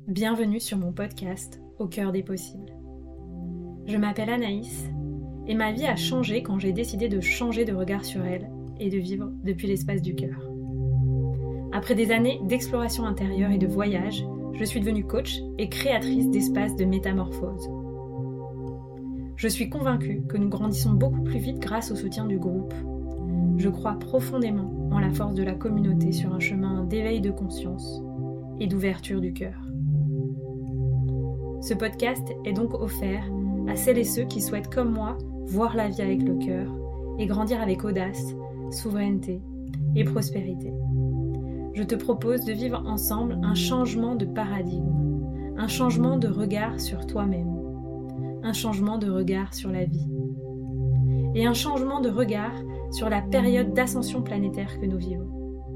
Bienvenue sur mon podcast Au cœur des possibles. Je m'appelle Anaïs et ma vie a changé quand j'ai décidé de changer de regard sur elle et de vivre depuis l'espace du cœur. Après des années d'exploration intérieure et de voyage, je suis devenue coach et créatrice d'espaces de métamorphose. Je suis convaincue que nous grandissons beaucoup plus vite grâce au soutien du groupe. Je crois profondément en la force de la communauté sur un chemin d'éveil de conscience et d'ouverture du cœur. Ce podcast est donc offert à celles et ceux qui souhaitent, comme moi, voir la vie avec le cœur et grandir avec audace, souveraineté et prospérité. Je te propose de vivre ensemble un changement de paradigme, un changement de regard sur toi-même, un changement de regard sur la vie et un changement de regard sur la période d'ascension planétaire que nous vivons.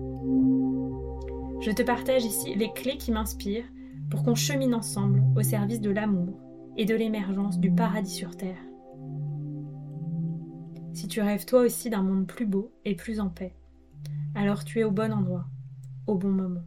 Je te partage ici les clés qui m'inspirent pour qu'on chemine ensemble au service de l'amour et de l'émergence du paradis sur Terre. Si tu rêves toi aussi d'un monde plus beau et plus en paix, alors tu es au bon endroit, au bon moment.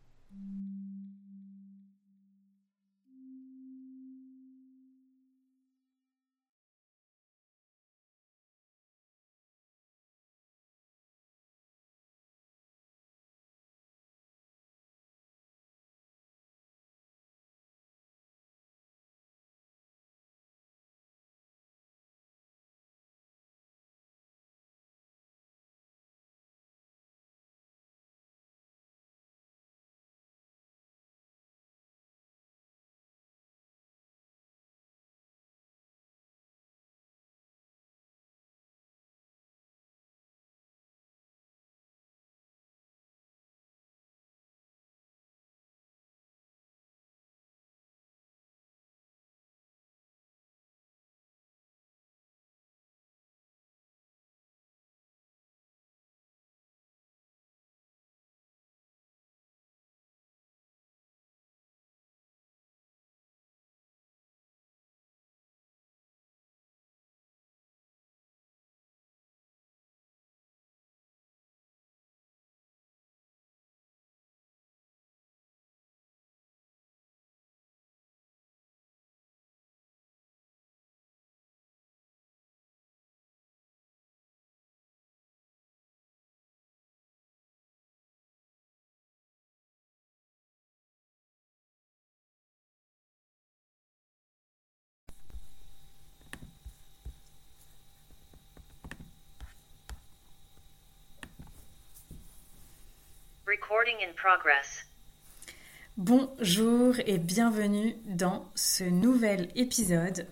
Recording in progress. Bonjour et bienvenue dans ce nouvel épisode.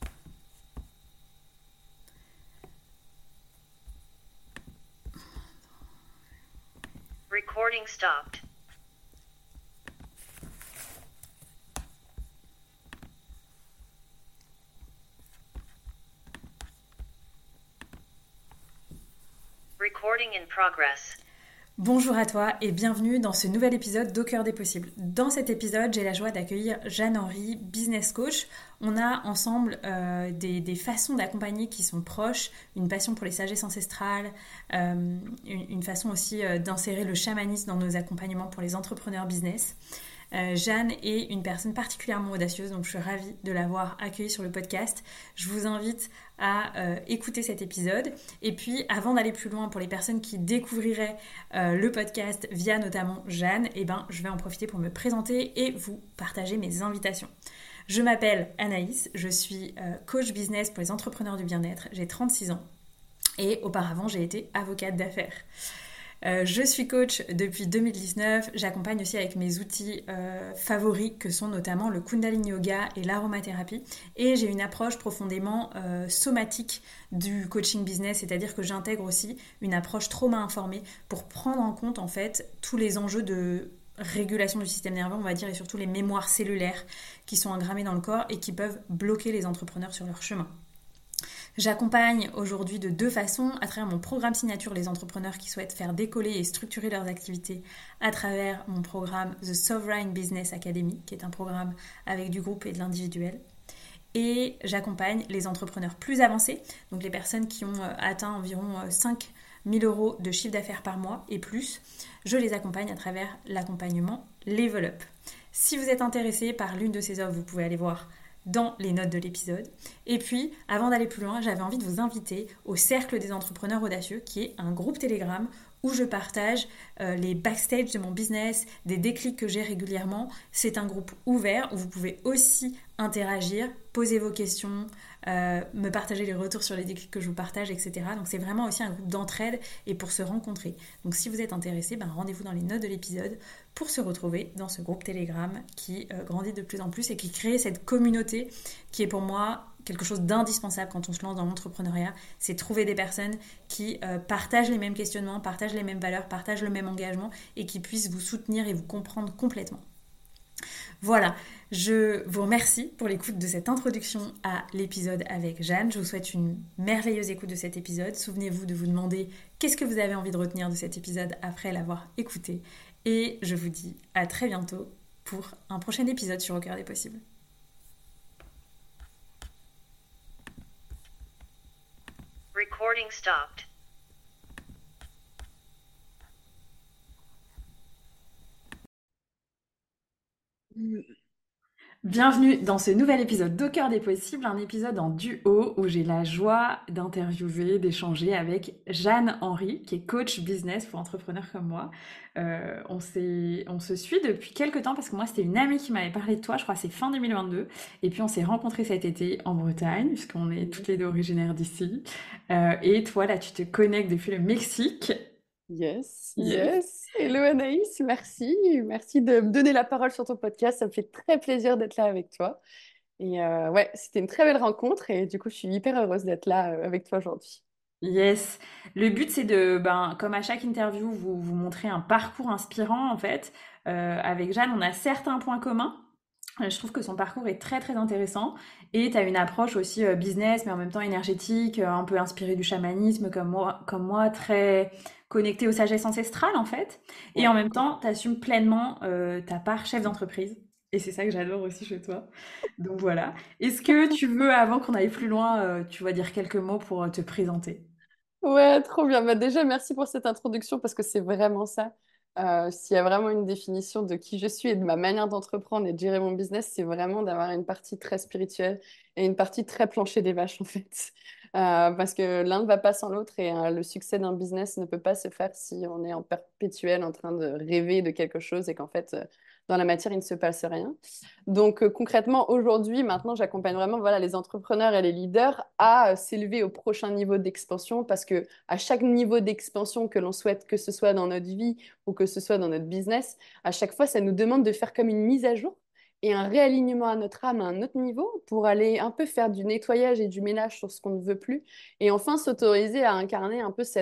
Recording stopped. Recording in progress. Bonjour à toi et bienvenue dans ce nouvel épisode d'Au cœur des possibles. Dans cet épisode, j'ai la joie d'accueillir Jeanne-Henri, business coach. On a ensemble des façons d'accompagner qui sont proches, une passion pour les sagesses ancestrales, une façon aussi d'insérer le chamanisme dans nos accompagnements pour les entrepreneurs business. Jeanne est une personne particulièrement audacieuse, donc je suis ravie de l'avoir accueillie sur le podcast. Je vous invite à écouter cet épisode. Et puis, avant d'aller plus loin, pour les personnes qui découvriraient le podcast via notamment Jeanne, je vais en profiter pour me présenter et vous partager mes invitations. Je m'appelle Anaïs, je suis coach business pour les entrepreneurs du bien-être, j'ai 36 ans et auparavant j'ai été avocate d'affaires. Je suis coach depuis 2019, j'accompagne aussi avec mes outils favoris que sont notamment le Kundalini Yoga et l'aromathérapie et j'ai une approche profondément somatique du coaching business, c'est-à-dire que j'intègre aussi une approche trauma-informée pour prendre en compte en fait tous les enjeux de régulation du système nerveux, on va dire, et surtout les mémoires cellulaires qui sont engrammées dans le corps et qui peuvent bloquer les entrepreneurs sur leur chemin. J'accompagne aujourd'hui de deux façons, à travers mon programme signature les entrepreneurs qui souhaitent faire décoller et structurer leurs activités à travers mon programme The Sovereign Business Academy, qui est un programme avec du groupe et de l'individuel. Et j'accompagne les entrepreneurs plus avancés, donc les personnes qui ont atteint environ 5 000 euros de chiffre d'affaires par mois et plus. Je les accompagne à travers l'accompagnement Level Up. Si vous êtes intéressé par l'une de ces offres, vous pouvez aller voir dans les notes de l'épisode. Et puis, avant d'aller plus loin, j'avais envie de vous inviter au Cercle des entrepreneurs audacieux, qui est un groupe Telegram où je partage les backstage de mon business, des déclics que j'ai régulièrement. C'est un groupe ouvert où vous pouvez aussi interagir, poser vos questions, me partager les retours sur les déclics que je vous partage, etc. Donc c'est vraiment aussi un groupe d'entraide et pour se rencontrer. Donc si vous êtes intéressé, rendez-vous dans les notes de l'épisode pour se retrouver dans ce groupe Telegram qui grandit de plus en plus et qui crée cette communauté qui est pour moi quelque chose d'indispensable quand on se lance dans l'entrepreneuriat, c'est trouver des personnes qui partagent les mêmes questionnements, partagent les mêmes valeurs, partagent le même engagement et qui puissent vous soutenir et vous comprendre complètement. Voilà, je vous remercie pour l'écoute de cette introduction à l'épisode avec Jeanne. Je vous souhaite une merveilleuse écoute de cet épisode. Souvenez-vous de vous demander qu'est-ce que vous avez envie de retenir de cet épisode après l'avoir écouté. Et je vous dis à très bientôt pour un prochain épisode sur Au cœur des possibles. Recording stopped. Bienvenue dans ce nouvel épisode d'Au cœur des possibles, un épisode en duo où j'ai la joie d'interviewer, d'échanger avec Jeanne Henry, qui est coach business pour entrepreneurs comme moi. On se suit depuis quelques temps parce que moi c'était une amie qui m'avait parlé de toi, je crois que c'est fin 2022, et puis on s'est rencontrés cet été en Bretagne, puisqu'on est toutes les deux originaires d'ici. Et toi là tu te connectes depuis le Mexique. Yes, Yes. yes. Hello Anaïs, merci. Merci de me donner la parole sur ton podcast. Ça me fait très plaisir d'être là avec toi. Et ouais, c'était une très belle rencontre et du coup, je suis hyper heureuse d'être là avec toi aujourd'hui. Yes. Le but, c'est de, comme à chaque interview, vous montrer un parcours inspirant, en fait. Avec Jeanne, on a certains points communs. Je trouve que son parcours est très, très intéressant. Et tu as une approche aussi business, mais en même temps énergétique, un peu inspirée du chamanisme, comme moi, très connectée aux sagesses ancestrales, en fait. Et en Ouais. même temps, tu assumes pleinement ta part chef d'entreprise. Et c'est ça que j'adore aussi chez toi. Donc voilà. Est-ce que tu veux, avant qu'on aille plus loin, tu vas dire quelques mots pour te présenter? Ouais, trop bien. Bah, déjà, merci pour cette introduction parce que c'est vraiment ça. S'il y a vraiment une définition de qui je suis et de ma manière d'entreprendre et de gérer mon business, c'est vraiment d'avoir une partie très spirituelle et une partie très plancher des vaches, en fait. Parce que l'un ne va pas sans l'autre et le succès d'un business ne peut pas se faire si on est en perpétuel en train de rêver de quelque chose et qu'en fait, dans la matière, il ne se passe rien. Donc concrètement, aujourd'hui, maintenant, j'accompagne vraiment voilà, les entrepreneurs et les leaders à s'élever au prochain niveau d'expansion parce que à chaque niveau d'expansion que l'on souhaite, que ce soit dans notre vie ou que ce soit dans notre business, à chaque fois, ça nous demande de faire comme une mise à jour et un réalignement à notre âme à un autre niveau pour aller un peu faire du nettoyage et du ménage sur ce qu'on ne veut plus et enfin s'autoriser à incarner un peu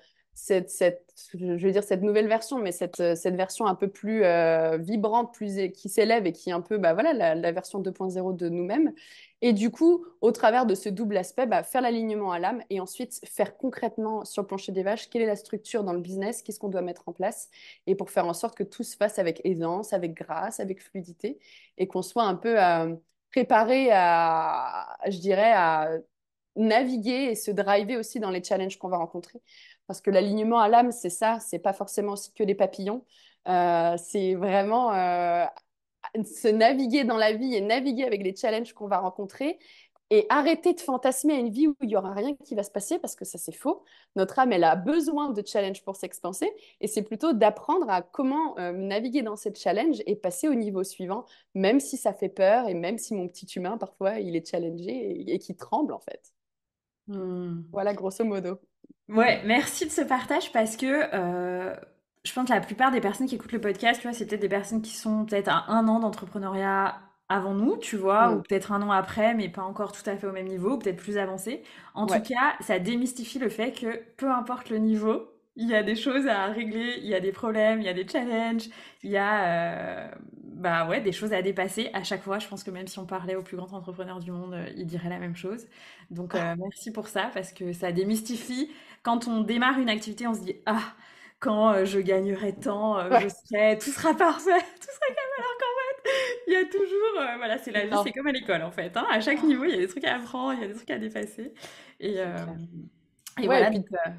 je vais dire cette nouvelle version, mais cette version un peu plus vibrante, qui s'élève et qui est un peu bah, voilà, la version 2.0 de nous-mêmes. Et du coup, au travers de ce double aspect, bah, faire l'alignement à l'âme et ensuite faire concrètement sur le plancher des vaches quelle est la structure dans le business, qu'est-ce qu'on doit mettre en place et pour faire en sorte que tout se fasse avec aisance, avec grâce, avec fluidité et qu'on soit un peu préparé je dirais, à naviguer et se driver aussi dans les challenges qu'on va rencontrer. Parce que l'alignement à l'âme, c'est ça, c'est pas forcément aussi que les papillons. C'est vraiment se naviguer dans la vie et naviguer avec les challenges qu'on va rencontrer et arrêter de fantasmer à une vie où il n'y aura rien qui va se passer parce que ça, c'est faux. Notre âme, elle a besoin de challenges pour s'expanser et c'est plutôt d'apprendre à comment naviguer dans ces challenges et passer au niveau suivant, même si ça fait peur et même si mon petit humain, parfois, il est challengé et qui tremble, en fait. Hmm. Voilà, grosso modo. Ouais, merci de ce partage parce que je pense que la plupart des personnes qui écoutent le podcast, tu vois, c'est peut-être des personnes qui sont peut-être à un an d'entrepreneuriat avant nous, tu vois, ou Mm. peut-être un an après, mais pas encore tout à fait au même niveau, ou peut-être plus avancé. En tout Ouais, cas, ça démystifie le fait que peu importe le niveau, il y a des choses à régler, il y a des problèmes, il y a des challenges, il y a ouais, des choses à dépasser à chaque fois. Je pense que même si on parlait aux plus grands entrepreneurs du monde, ils diraient la même chose. Donc merci pour ça parce que ça démystifie. Quand on démarre une activité, on se dit ah quand je gagnerai tant, je ouais. serai, tout sera parfait, tout sera comme alors qu'en fait il y a toujours voilà c'est la vie, c'est Non, comme à l'école en fait. Hein. À chaque niveau il y a des trucs à apprendre, il y a des trucs à dépasser et c'est euh, clair. et Ouais, voilà donc.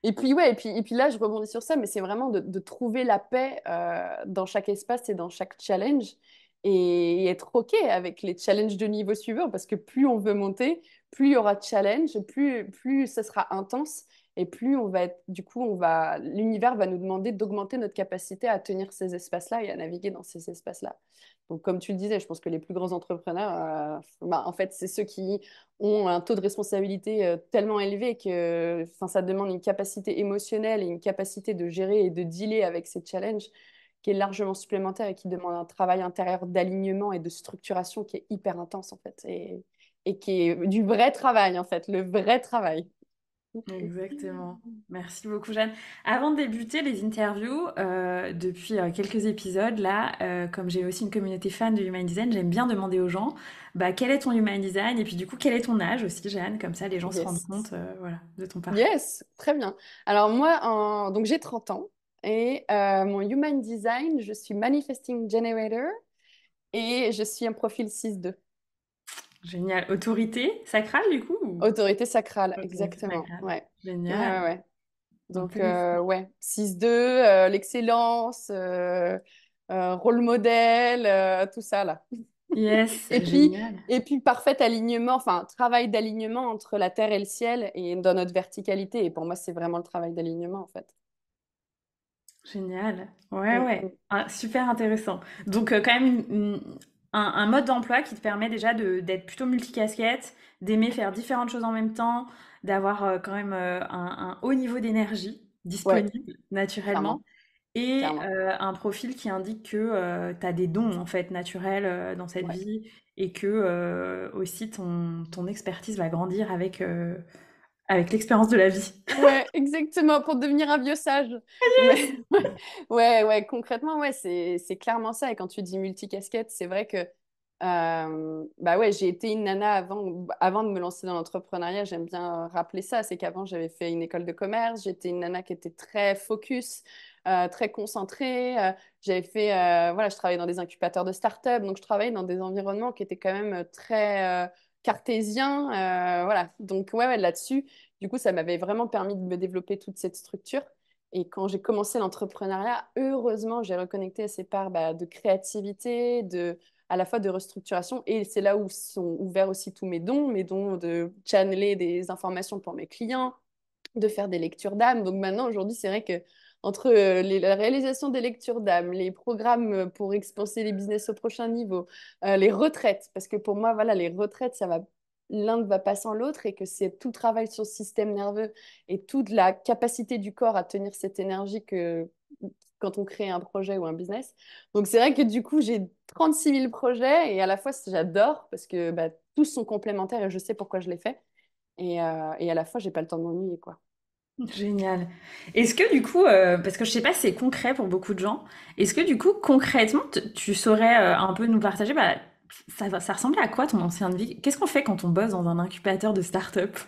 Et puis, ouais, et puis là, je rebondis sur ça, mais c'est vraiment de trouver la paix dans chaque espace et dans chaque challenge et être OK avec les challenges de niveau suivant parce que plus on veut monter, plus il y aura de challenge, plus ça sera intense et plus on va être, du coup, l'univers va nous demander d'augmenter notre capacité à tenir ces espaces-là et à naviguer dans ces espaces-là. Donc, comme tu le disais, je pense que les plus grands entrepreneurs, bah, en fait, c'est ceux qui ont un taux de responsabilité tellement élevé que enfin, ça demande une capacité émotionnelle et une capacité de gérer et de dealer avec ces challenges qui est largement supplémentaire et qui demande un travail intérieur d'alignement et de structuration qui est hyper intense en fait et qui est du vrai travail en fait, le vrai travail. Exactement. Merci beaucoup, Jeanne. Avant de débuter les interviews, depuis quelques épisodes, là, comme j'ai aussi une communauté fan de Human Design, j'aime bien demander aux gens, bah, quel est ton Human Design? Et puis du coup, quel est ton âge aussi, Jeanne? Comme ça, les gens se rendent Yes. compte, voilà, de ton parcours. Yes, très bien. Alors moi, donc j'ai 30 ans et mon Human Design, je suis Manifesting Generator et je suis un profil 6-2. Génial. Autorité sacrale, du coup? Autorité sacrale, Autorité exactement. sacrale. Ouais. Ouais, Génial. ouais, ouais. Donc, Intéressant. ouais, 6-2, l'excellence, rôle modèle, tout ça, là. Yes, Et puis, génial. et puis, parfait alignement, enfin, travail d'alignement entre la terre et le ciel et dans notre verticalité. Et pour moi, c'est vraiment le travail d'alignement, en fait. Génial. Ouais, Mm, ouais. mm. Ah, super intéressant. Donc, quand même, un mode d'emploi qui te permet déjà d'être plutôt multicasquette, d'aimer faire différentes choses en même temps, d'avoir quand même un haut niveau d'énergie Ouais, disponible naturellement, clairement, et clairement. un profil qui indique que tu as des dons en fait naturels dans cette Ouais. vie et que aussi ton expertise va grandir avec l'expérience de la vie. Ouais, exactement, pour devenir un vieux sage. Mais ouais, ouais, concrètement, ouais, c'est clairement ça. Et quand tu dis multicasquette, c'est vrai que bah ouais, j'ai été une nana avant de me lancer dans l'entrepreneuriat. J'aime bien rappeler ça. C'est qu'avant, j'avais fait une école de commerce. J'étais une nana qui était très focus, très concentrée. J'avais fait, voilà, je travaillais dans des incubateurs de start-up. Donc, je travaillais dans des environnements qui étaient quand même très cartésiens. Voilà. Donc, ouais, ouais, là-dessus. Du coup, ça m'avait vraiment permis de me développer toute cette structure. Et quand j'ai commencé l'entrepreneuriat, heureusement, j'ai reconnecté à ces parts bah, de créativité, à la fois de restructuration. Et c'est là où sont ouverts aussi tous mes dons de channeler des informations pour mes clients, de faire des lectures d'âme. Donc maintenant, aujourd'hui, c'est vrai que entre la réalisation des lectures d'âme, les programmes pour expanser les business au prochain niveau, les retraites, parce que pour moi, voilà, les retraites, l'un ne va pas sans l'autre et que c'est tout travail sur le système nerveux et toute la capacité du corps à tenir cette énergie que quand on crée un projet ou un business. Donc c'est vrai que du coup, j'ai 36 000 projets et à la fois, j'adore parce que bah, tous sont complémentaires et je sais pourquoi je les fais. Et à la fois, j'ai pas le temps de m'ennuyer, quoi. Génial. Est-ce que du coup, parce que je sais pas si c'est concret pour beaucoup de gens, est-ce que du coup, concrètement, tu saurais un peu nous partager, bah, ça ressemblait à quoi ton ancienne vie? Qu'est-ce qu'on fait quand on bosse dans un incubateur de start-up?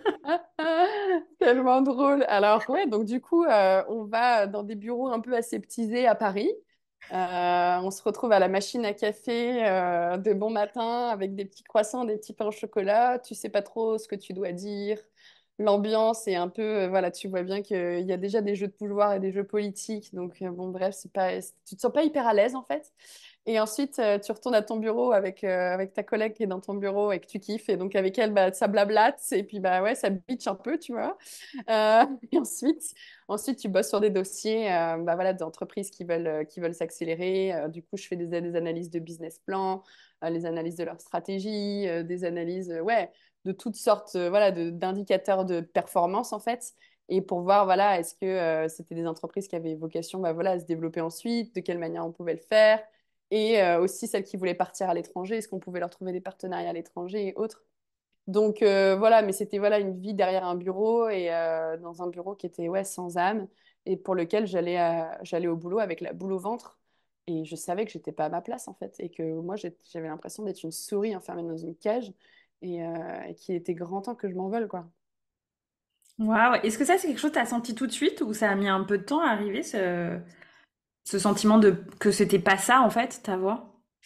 Tellement drôle. Alors, ouais, donc du coup, on va dans des bureaux un peu aseptisés à Paris. On se retrouve à la machine à café de bon matin avec des petits croissants, des petits pains au chocolat. Tu sais pas trop ce que tu dois dire. L'ambiance est un peu, voilà, tu vois bien qu'il y a déjà des jeux de pouvoir et des jeux politiques. Donc, bon, bref, tu te sens pas hyper à l'aise en fait. Et ensuite, tu retournes à ton bureau avec ta collègue qui est dans ton bureau et que tu kiffes. Et donc, avec elle, bah, ça blablate. Et puis, bah ouais, ça bitch un peu, tu vois. Et ensuite, tu bosses sur des dossiers bah, voilà, d'entreprises qui veulent s'accélérer. Du coup, je fais des analyses de business plan, les analyses de leur stratégie, des analyses ouais, de toutes sortes voilà, d'indicateurs de performance, en fait. Et pour voir, voilà, est-ce que c'était des entreprises qui avaient vocation bah, voilà, à se développer ensuite, de quelle manière on pouvait le faire. Et aussi celles qui voulaient partir à l'étranger, est-ce qu'on pouvait leur trouver des partenariats à l'étranger et autres. Donc voilà, mais c'était voilà une vie derrière un bureau et dans un bureau qui était ouais sans âme et pour lequel j'allais au boulot avec la boule au ventre et je savais que j'étais pas à ma place en fait et que moi j'avais l'impression d'être une souris enfermée dans une cage et qu'il était grand temps que je m'envole quoi. Waouh. Est-ce que ça, c'est quelque chose que tu as senti tout de suite ou ça a mis un peu de temps à arriver, ce sentiment de que c'était pas ça, en fait, ta voix?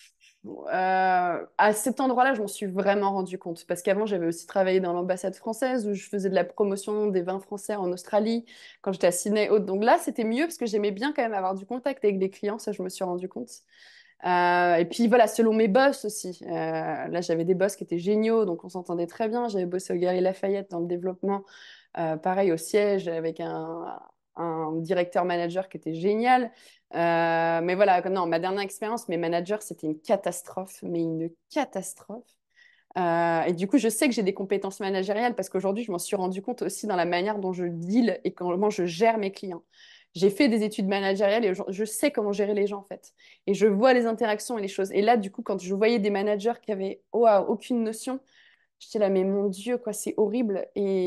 À cet endroit-là, je m'en suis vraiment rendu compte. Parce qu'avant, j'avais aussi travaillé dans l'ambassade française où je faisais de la promotion des vins français en Australie quand j'étais à Sydney. Donc là, c'était mieux parce que j'aimais bien quand même avoir du contact avec des clients. Ça, je me suis rendu compte. Et puis voilà, selon mes boss aussi. Là, j'avais des boss qui étaient géniaux, donc on s'entendait très bien. J'avais bossé au Galeries Lafayette dans le développement, pareil au siège, avec un directeur manager qui était génial. Mais voilà, non, ma dernière expérience, mes managers, c'était une catastrophe, mais une catastrophe. Et du coup, je sais que j'ai des compétences managériales parce qu'aujourd'hui, je m'en suis rendu compte aussi dans la manière dont je deal et comment je gère mes clients. J'ai fait des études managériales et je sais comment gérer les gens en fait. Et je vois les interactions et les choses. Et là, du coup, quand je voyais des managers qui avaient aucune notion, j'étais là, mais mon Dieu, quoi, c'est horrible.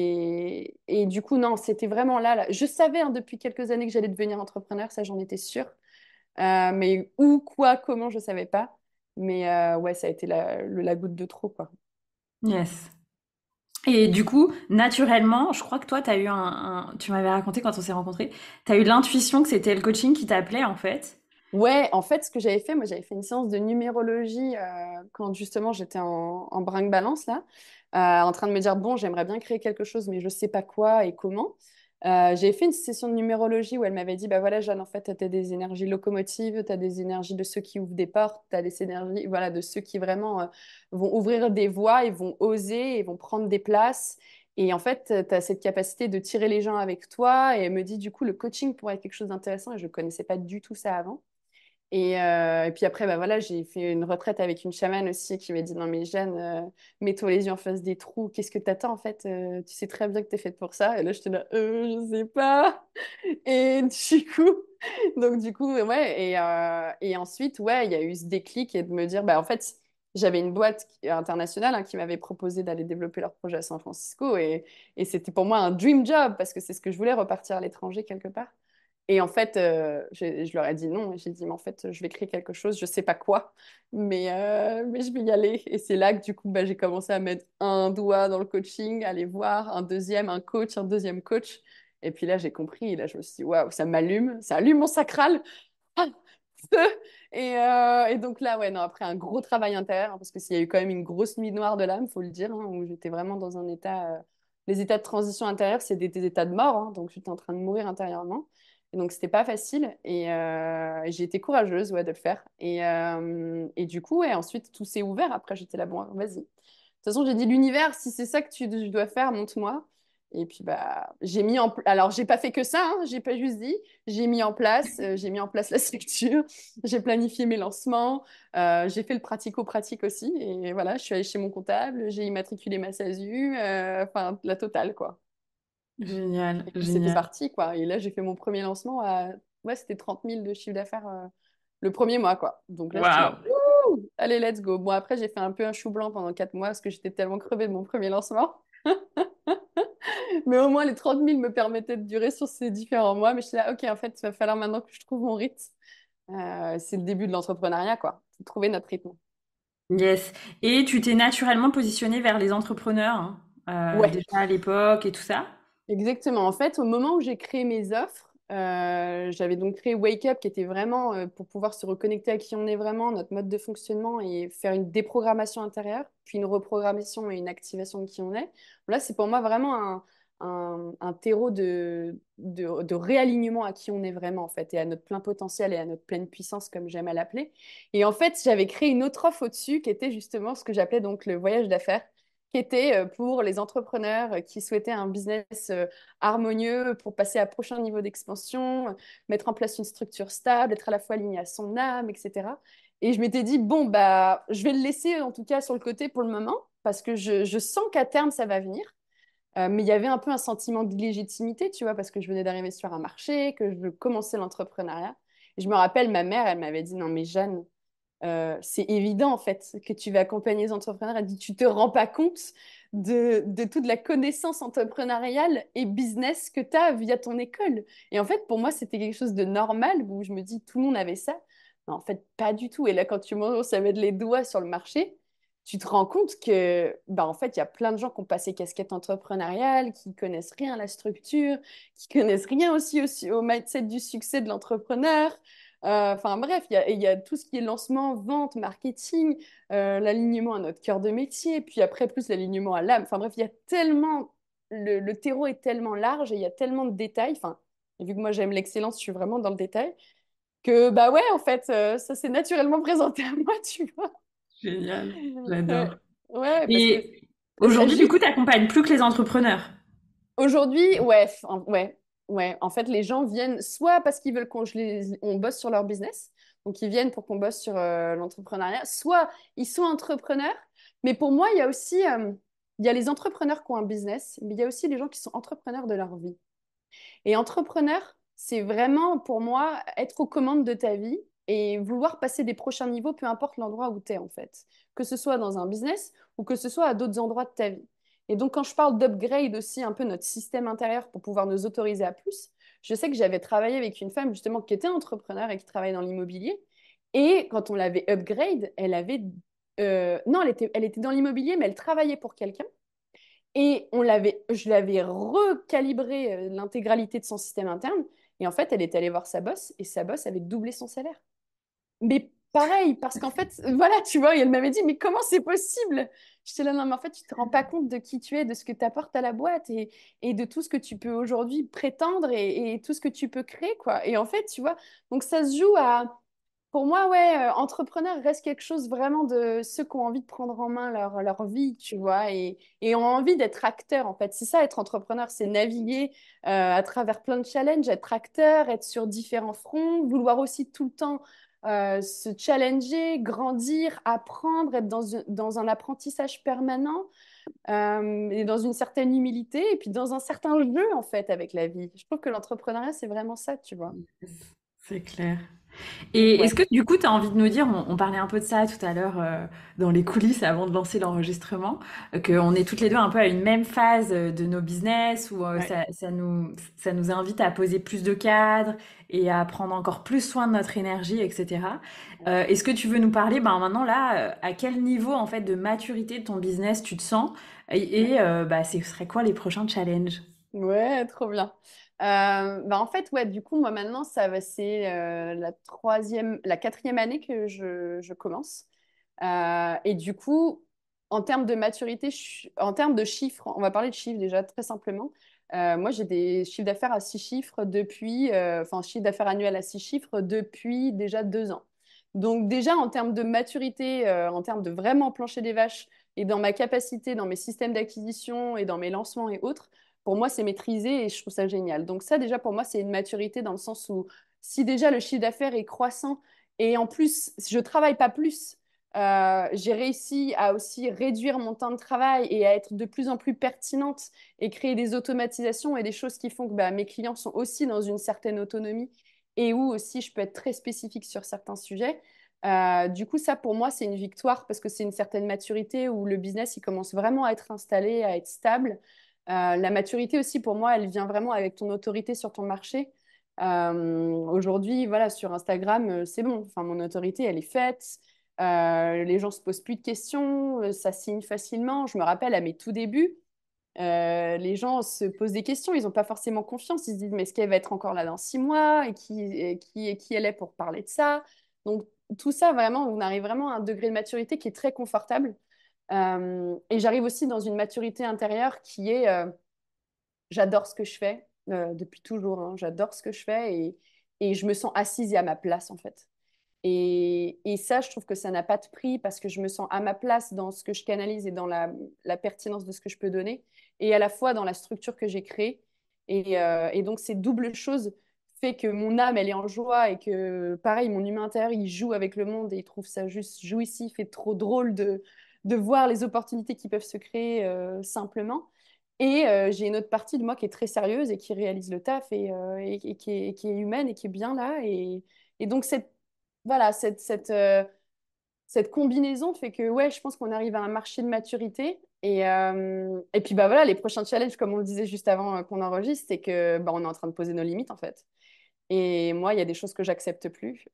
Et du coup, non, c'était vraiment là. Je savais hein, depuis quelques années que j'allais devenir entrepreneur, ça j'en étais sûre. Mais où, quoi, comment, je savais pas. Mais ouais, ça a été la goutte de trop, quoi. Yes. Et du coup, naturellement, je crois que toi, tu m'avais raconté quand on s'est rencontrés, tu as eu l'intuition que c'était le coaching qui t'appelait en fait. Ouais, en fait, ce que j'avais fait, moi, j'avais fait une séance de numérologie quand justement j'étais en brinque-balance, là, en train de me dire, bon, j'aimerais bien créer quelque chose, mais je sais pas quoi et comment. J'avais fait une session de numérologie où elle m'avait dit, bah voilà, Jeanne, en fait, tu as des énergies locomotives, tu as des énergies de ceux qui ouvrent des portes, tu as des énergies, voilà, de ceux qui vraiment vont ouvrir des voies et vont oser et vont prendre des places. Et en fait, tu as cette capacité de tirer les gens avec toi. Et elle me dit, du coup, le coaching pourrait être quelque chose d'intéressant. Et je ne connaissais pas du tout ça avant. Et puis après, bah voilà, j'ai fait une retraite avec une chamane aussi qui m'a dit, non mais Jeanne, mets-toi les yeux en face des trous, qu'est-ce que t'attends en fait? Tu sais très bien que t'es faite pour ça. Et là, j'étais là, je sais pas. Et du coup, donc du coup, ouais, et ensuite, ouais, il y a eu ce déclic et de me dire, bah en fait, j'avais une boîte internationale hein, qui m'avait proposé d'aller développer leur projet à San Francisco et c'était pour moi un dream job parce que c'est ce que je voulais, repartir à l'étranger quelque part. Et en fait, je leur ai dit non. J'ai dit, mais en fait, je vais créer quelque chose, je sais pas quoi, mais je vais y aller. Et c'est là que du coup, bah, j'ai commencé à mettre un doigt dans le coaching, aller voir un deuxième, un coach, un deuxième coach. Et puis là, j'ai compris. Et là, je me suis dit, waouh, ça m'allume, ça allume mon sacral. Ah, feu. Et donc là, ouais, non, après un gros travail intérieur, hein, parce que s'il y a eu quand même une grosse nuit noire de l'âme, faut le dire, hein, où j'étais vraiment dans un état. Les états de transition intérieure, c'est des états de mort, hein, donc j'étais en train de mourir intérieurement. Et donc, c'était pas facile. Et j'ai été courageuse, ouais, de le faire. Et du coup, ouais, ensuite, tout s'est ouvert. Après, j'étais là, bon, vas-y. De toute façon, j'ai dit, l'univers, si c'est ça que tu dois faire, montre-moi. Et puis, bah, j'ai mis en place. Alors, j'ai pas fait que ça, hein, j'ai pas juste dit. J'ai mis en place la structure, j'ai planifié mes lancements, j'ai fait le pratico-pratique aussi. Et voilà, je suis allée chez mon comptable, j'ai immatriculé ma SASU, enfin, la totale, quoi. Génial, Et puis c'était génial. parti, quoi. Et là, j'ai fait mon premier lancement à. Ouais, c'était 30 000 de chiffre d'affaires le premier mois, quoi. Donc là, j'étais là, Waouh. wouh, allez, let's go. Bon, après, j'ai fait un peu un chou blanc pendant 4 mois parce que j'étais tellement crevée de mon premier lancement. Mais au moins, les 30 000 me permettaient de durer sur ces différents mois. Mais j'étais là, OK, en fait, il va falloir maintenant que je trouve mon rythme. C'est le début de l'entrepreneuriat, quoi. C'est de trouver notre rythme. Yes. Et tu t'es naturellement positionné vers les entrepreneurs, hein, Ouais. déjà à l'époque et tout ça? Exactement. En fait, au moment où j'ai créé mes offres, j'avais donc créé Wake Up qui était vraiment pour pouvoir se reconnecter à qui on est vraiment, notre mode de fonctionnement et faire une déprogrammation intérieure, puis une reprogrammation et une activation de qui on est. Là, c'est pour moi vraiment un terreau de réalignement à qui on est vraiment, en fait, et à notre plein potentiel et à notre pleine puissance, comme j'aime à l'appeler. Et en fait, j'avais créé une autre offre au-dessus qui était justement ce que j'appelais donc le voyage d'affaires qui était pour les entrepreneurs qui souhaitaient un business harmonieux pour passer à prochain niveau d'expansion, mettre en place une structure stable, être à la fois aligné à son âme, etc. Et je m'étais dit, bon, bah, je vais le laisser en tout cas sur le côté pour le moment, parce que je sens qu'à terme, ça va venir. Mais il y avait un peu un sentiment d'illégitimité, tu vois, parce que je venais d'arriver sur un marché, que je commençais l'entrepreneuriat. Et je me rappelle, ma mère, elle m'avait dit, non, mais Jeanne, c'est évident en fait que tu vas accompagner les entrepreneurs. Elle dit, tu te rends pas compte de toute la connaissance entrepreneuriale et business que tu as via ton école. Et en fait, pour moi, c'était quelque chose de normal où je me dis, tout le monde avait ça. Mais en fait, pas du tout. Et là, quand tu commences à mettre les doigts sur le marché, tu te rends compte que, bah, en fait, il y a plein de gens qui ont passé casquette entrepreneuriale, qui connaissent rien à la structure, qui connaissent rien aussi au mindset du succès de l'entrepreneur. Enfin bref, il y a tout ce qui est lancement, vente, marketing, l'alignement à notre cœur de métier, puis après plus l'alignement à l'âme. Enfin bref, il y a tellement, le terreau est tellement large et il y a tellement de détails. Enfin, et vu que moi j'aime l'excellence, je suis vraiment dans le détail, que bah ouais, en fait, ça s'est naturellement présenté à moi, tu vois. Génial, Ouais, j'adore. ouais, parce que Et aujourd'hui, du juste coup, tu n'accompagnes plus que les entrepreneurs. aujourd'hui, ouais, ouais, ouais. En fait, les gens viennent soit parce qu'ils veulent on bosse sur leur business, donc ils viennent pour qu'on bosse sur l'entrepreneuriat, soit ils sont entrepreneurs. Mais pour moi, il y a les entrepreneurs qui ont un business, mais il y a aussi les gens qui sont entrepreneurs de leur vie. Et entrepreneur, c'est vraiment pour moi être aux commandes de ta vie et vouloir passer des prochains niveaux, peu importe l'endroit où tu es en fait. Que ce soit dans un business ou que ce soit à d'autres endroits de ta vie. Et donc quand je parle d'upgrade aussi un peu notre système intérieur pour pouvoir nous autoriser à plus, je sais que j'avais travaillé avec une femme justement qui était entrepreneur et qui travaillait dans l'immobilier. Et quand on l'avait upgrade, elle avait... non, elle était dans l'immobilier, mais elle travaillait pour quelqu'un. Et je l'avais recalibré l'intégralité de son système interne. Et en fait, elle est allée voir sa boss et sa boss avait doublé son salaire. Mais pareil, parce qu'en fait, voilà, tu vois, et elle m'avait dit, mais comment c'est possible? J'étais là, non, mais en fait, tu te rends pas compte de qui tu es, de ce que tu apportes à la boîte et de tout ce que tu peux aujourd'hui prétendre et tout ce que tu peux créer, quoi. Et en fait, tu vois, donc ça se joue à pour moi, ouais, entrepreneur reste quelque chose vraiment de ceux qui ont envie de prendre en main leur vie, tu vois, et ont envie d'être acteurs, en fait. C'est ça, être entrepreneur, c'est naviguer à travers plein de challenges, être acteur, être sur différents fronts, vouloir aussi tout le temps se challenger, grandir, apprendre, être dans un apprentissage permanent et dans une certaine humilité et puis dans un certain jeu, en fait, avec la vie. Je trouve que l'entrepreneuriat, c'est vraiment ça, tu vois. C'est clair. Donc, Et est-ce ouais. que du coup, tu as envie de nous dire, on parlait un peu de ça tout à l'heure dans les coulisses avant de lancer l'enregistrement, qu'on est toutes les deux un peu à une même phase de nos business où Ouais. ça nous invite à poser plus de cadres et à prendre encore plus soin de notre énergie, etc. Est-ce que tu veux nous parler, ben maintenant là, à quel niveau en fait de maturité de ton business tu te sens bah, ce serait quoi les prochains challenges? Ouais, trop bien. Bah en fait, ouais, du coup, moi maintenant, c'est la quatrième année que je commence. Et du coup, en termes de maturité, en termes de chiffres, on va parler de chiffres déjà très simplement. Moi, j'ai des chiffres d'affaires à 6 chiffres enfin, chiffre d'affaires annuel à 6 chiffres depuis déjà 2 ans. Donc déjà, en termes de maturité, en termes de vraiment plancher des vaches et dans ma capacité, dans mes systèmes d'acquisition et dans mes lancements et autres, pour moi, c'est maîtrisé et je trouve ça génial. Donc ça, déjà, pour moi, c'est une maturité dans le sens où si déjà le chiffre d'affaires est croissant et en plus, je travaille pas plus, j'ai réussi à aussi réduire mon temps de travail et à être de plus en plus pertinente et créer des automatisations et des choses qui font que bah, mes clients sont aussi dans une certaine autonomie et où aussi je peux être très spécifique sur certains sujets. Du coup, ça, pour moi, c'est une victoire parce que c'est une certaine maturité où le business, il commence vraiment à être installé, à être stable. La maturité aussi, pour moi, elle vient vraiment avec ton autorité sur ton marché. Aujourd'hui, voilà, sur Instagram, c'est bon. Enfin, mon autorité, elle est faite. Les gens se posent plus de questions, ça signe facilement. Je me rappelle à mes tout débuts, les gens se posent des questions, ils n'ont pas forcément confiance. Ils se disent, mais est-ce qu'elle va être encore là dans 6 mois? Et qui elle est pour parler de ça? Donc, tout ça, vraiment, on arrive vraiment à un degré de maturité qui est très confortable. Et j'arrive aussi dans une maturité intérieure qui est, j'adore ce que je fais depuis toujours, hein. J'adore ce que je fais et je me sens assise et à ma place, en fait. Et ça, je trouve que ça n'a pas de prix parce que je me sens à ma place dans ce que je canalise et dans la pertinence de ce que je peux donner, et à la fois dans la structure que j'ai créée. Et donc, ces doubles choses fait que mon âme, elle est en joie et que, pareil, mon humain intérieur, il joue avec le monde et il trouve ça juste jouissif et trop drôle de voir les opportunités qui peuvent se créer simplement. Et j'ai une autre partie de moi qui est très sérieuse et qui réalise le taf et qui est humaine et qui est bien là. Et donc, voilà, cette combinaison fait que, ouais, je pense qu'on arrive à un marché de maturité. Et puis, bah voilà, les prochains challenges, comme on le disait juste avant qu'on enregistre, c'est que bah, on est en train de poser nos limites, en fait. Et moi, il y a des choses que j'accepte plus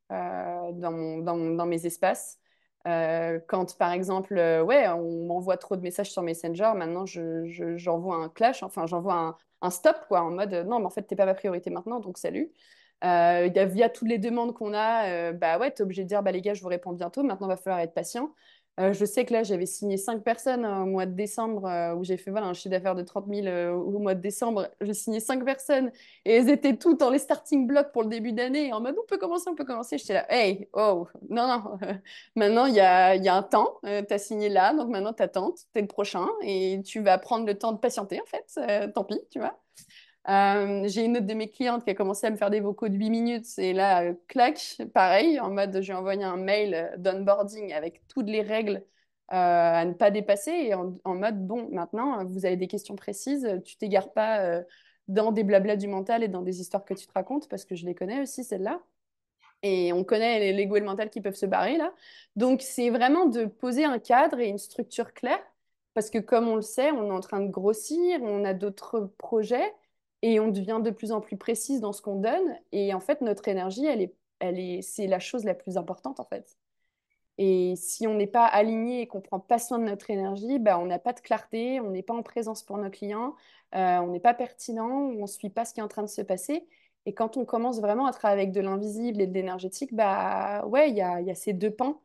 dans mes espaces. Quand, par exemple, ouais, on m'envoie trop de messages sur Messenger, maintenant, j'envoie un clash, enfin, j'envoie un stop, quoi, en mode, non, mais en fait, t'es pas ma priorité maintenant, donc salut. Via toutes les demandes qu'on a, bah ouais, tu es obligé de dire, bah les gars, je vous réponds bientôt, maintenant, il va falloir être patient. Je sais que là, j'avais signé 5 personnes au mois de décembre, où j'ai fait voilà, un chiffre d'affaires de 30 000 au mois de décembre. J'ai signé 5 personnes et elles étaient toutes dans les starting blocks pour le début d'année, en mode, on peut commencer, on peut commencer. J'étais là, hey, oh, non, non, maintenant, il y a un temps, tu as signé là, donc maintenant, tu attends, tu es le prochain et tu vas prendre le temps de patienter, en fait, tant pis, tu vois. J'ai une autre de mes clientes qui a commencé à me faire des vocaux de 8 minutes et là, clac, pareil, en mode j'ai envoyé un mail d'onboarding avec toutes les règles à ne pas dépasser et en mode bon, maintenant, vous avez des questions précises, tu t'égares pas dans des blablas du mental et dans des histoires que tu te racontes parce que je les connais aussi, celles-là. Et on connaît l'ego et le mental qui peuvent se barrer là. Donc, c'est vraiment de poser un cadre et une structure claire. Parce que comme on le sait, on est en train de grossir, on a d'autres projets et on devient de plus en plus précise dans ce qu'on donne. Et en fait, notre énergie, c'est la chose la plus importante en fait. Et si on n'est pas aligné et qu'on prend pas soin de notre énergie, bah, on n'a pas de clarté, on n'est pas en présence pour nos clients, on n'est pas pertinent, on ne suit pas ce qui est en train de se passer. Et quand on commence vraiment à travailler avec de l'invisible et de l'énergétique, bah ouais, il y a ces deux pans.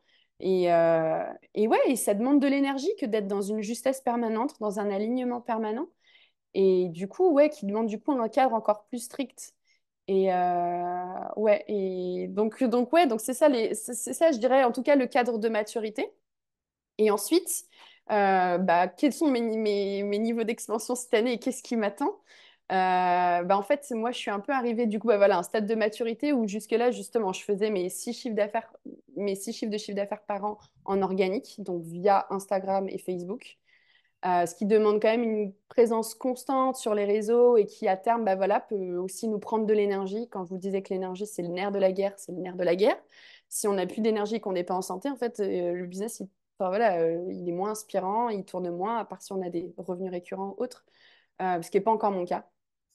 Et ouais, et ça demande de l'énergie que d'être dans une justesse permanente, dans un alignement permanent. Et du coup, ouais, qui demande du coup un cadre encore plus strict. Et ouais, et donc ouais, donc c'est ça, je dirais, en tout cas, le cadre de maturité. Et ensuite, bah, quels sont mes niveaux d'expansion cette année et qu'est-ce qui m'attend? Bah, en fait, moi, je suis un peu arrivée du coup, bah, voilà, à un stade de maturité où jusque-là, justement, je faisais mes 6 chiffres de chiffre d'affaires par an en organique, donc via Instagram et Facebook. Ce qui demande quand même une présence constante sur les réseaux et qui, à terme, bah, voilà, peut aussi nous prendre de l'énergie. Quand je vous disais que l'énergie, c'est le nerf de la guerre, c'est le nerf de la guerre. Si on n'a plus d'énergie, qu'on n'est pas en santé, en fait, le business, enfin, voilà, il est moins inspirant, il tourne moins, à part si on a des revenus récurrents ou autres, ce qui n'est pas encore mon cas.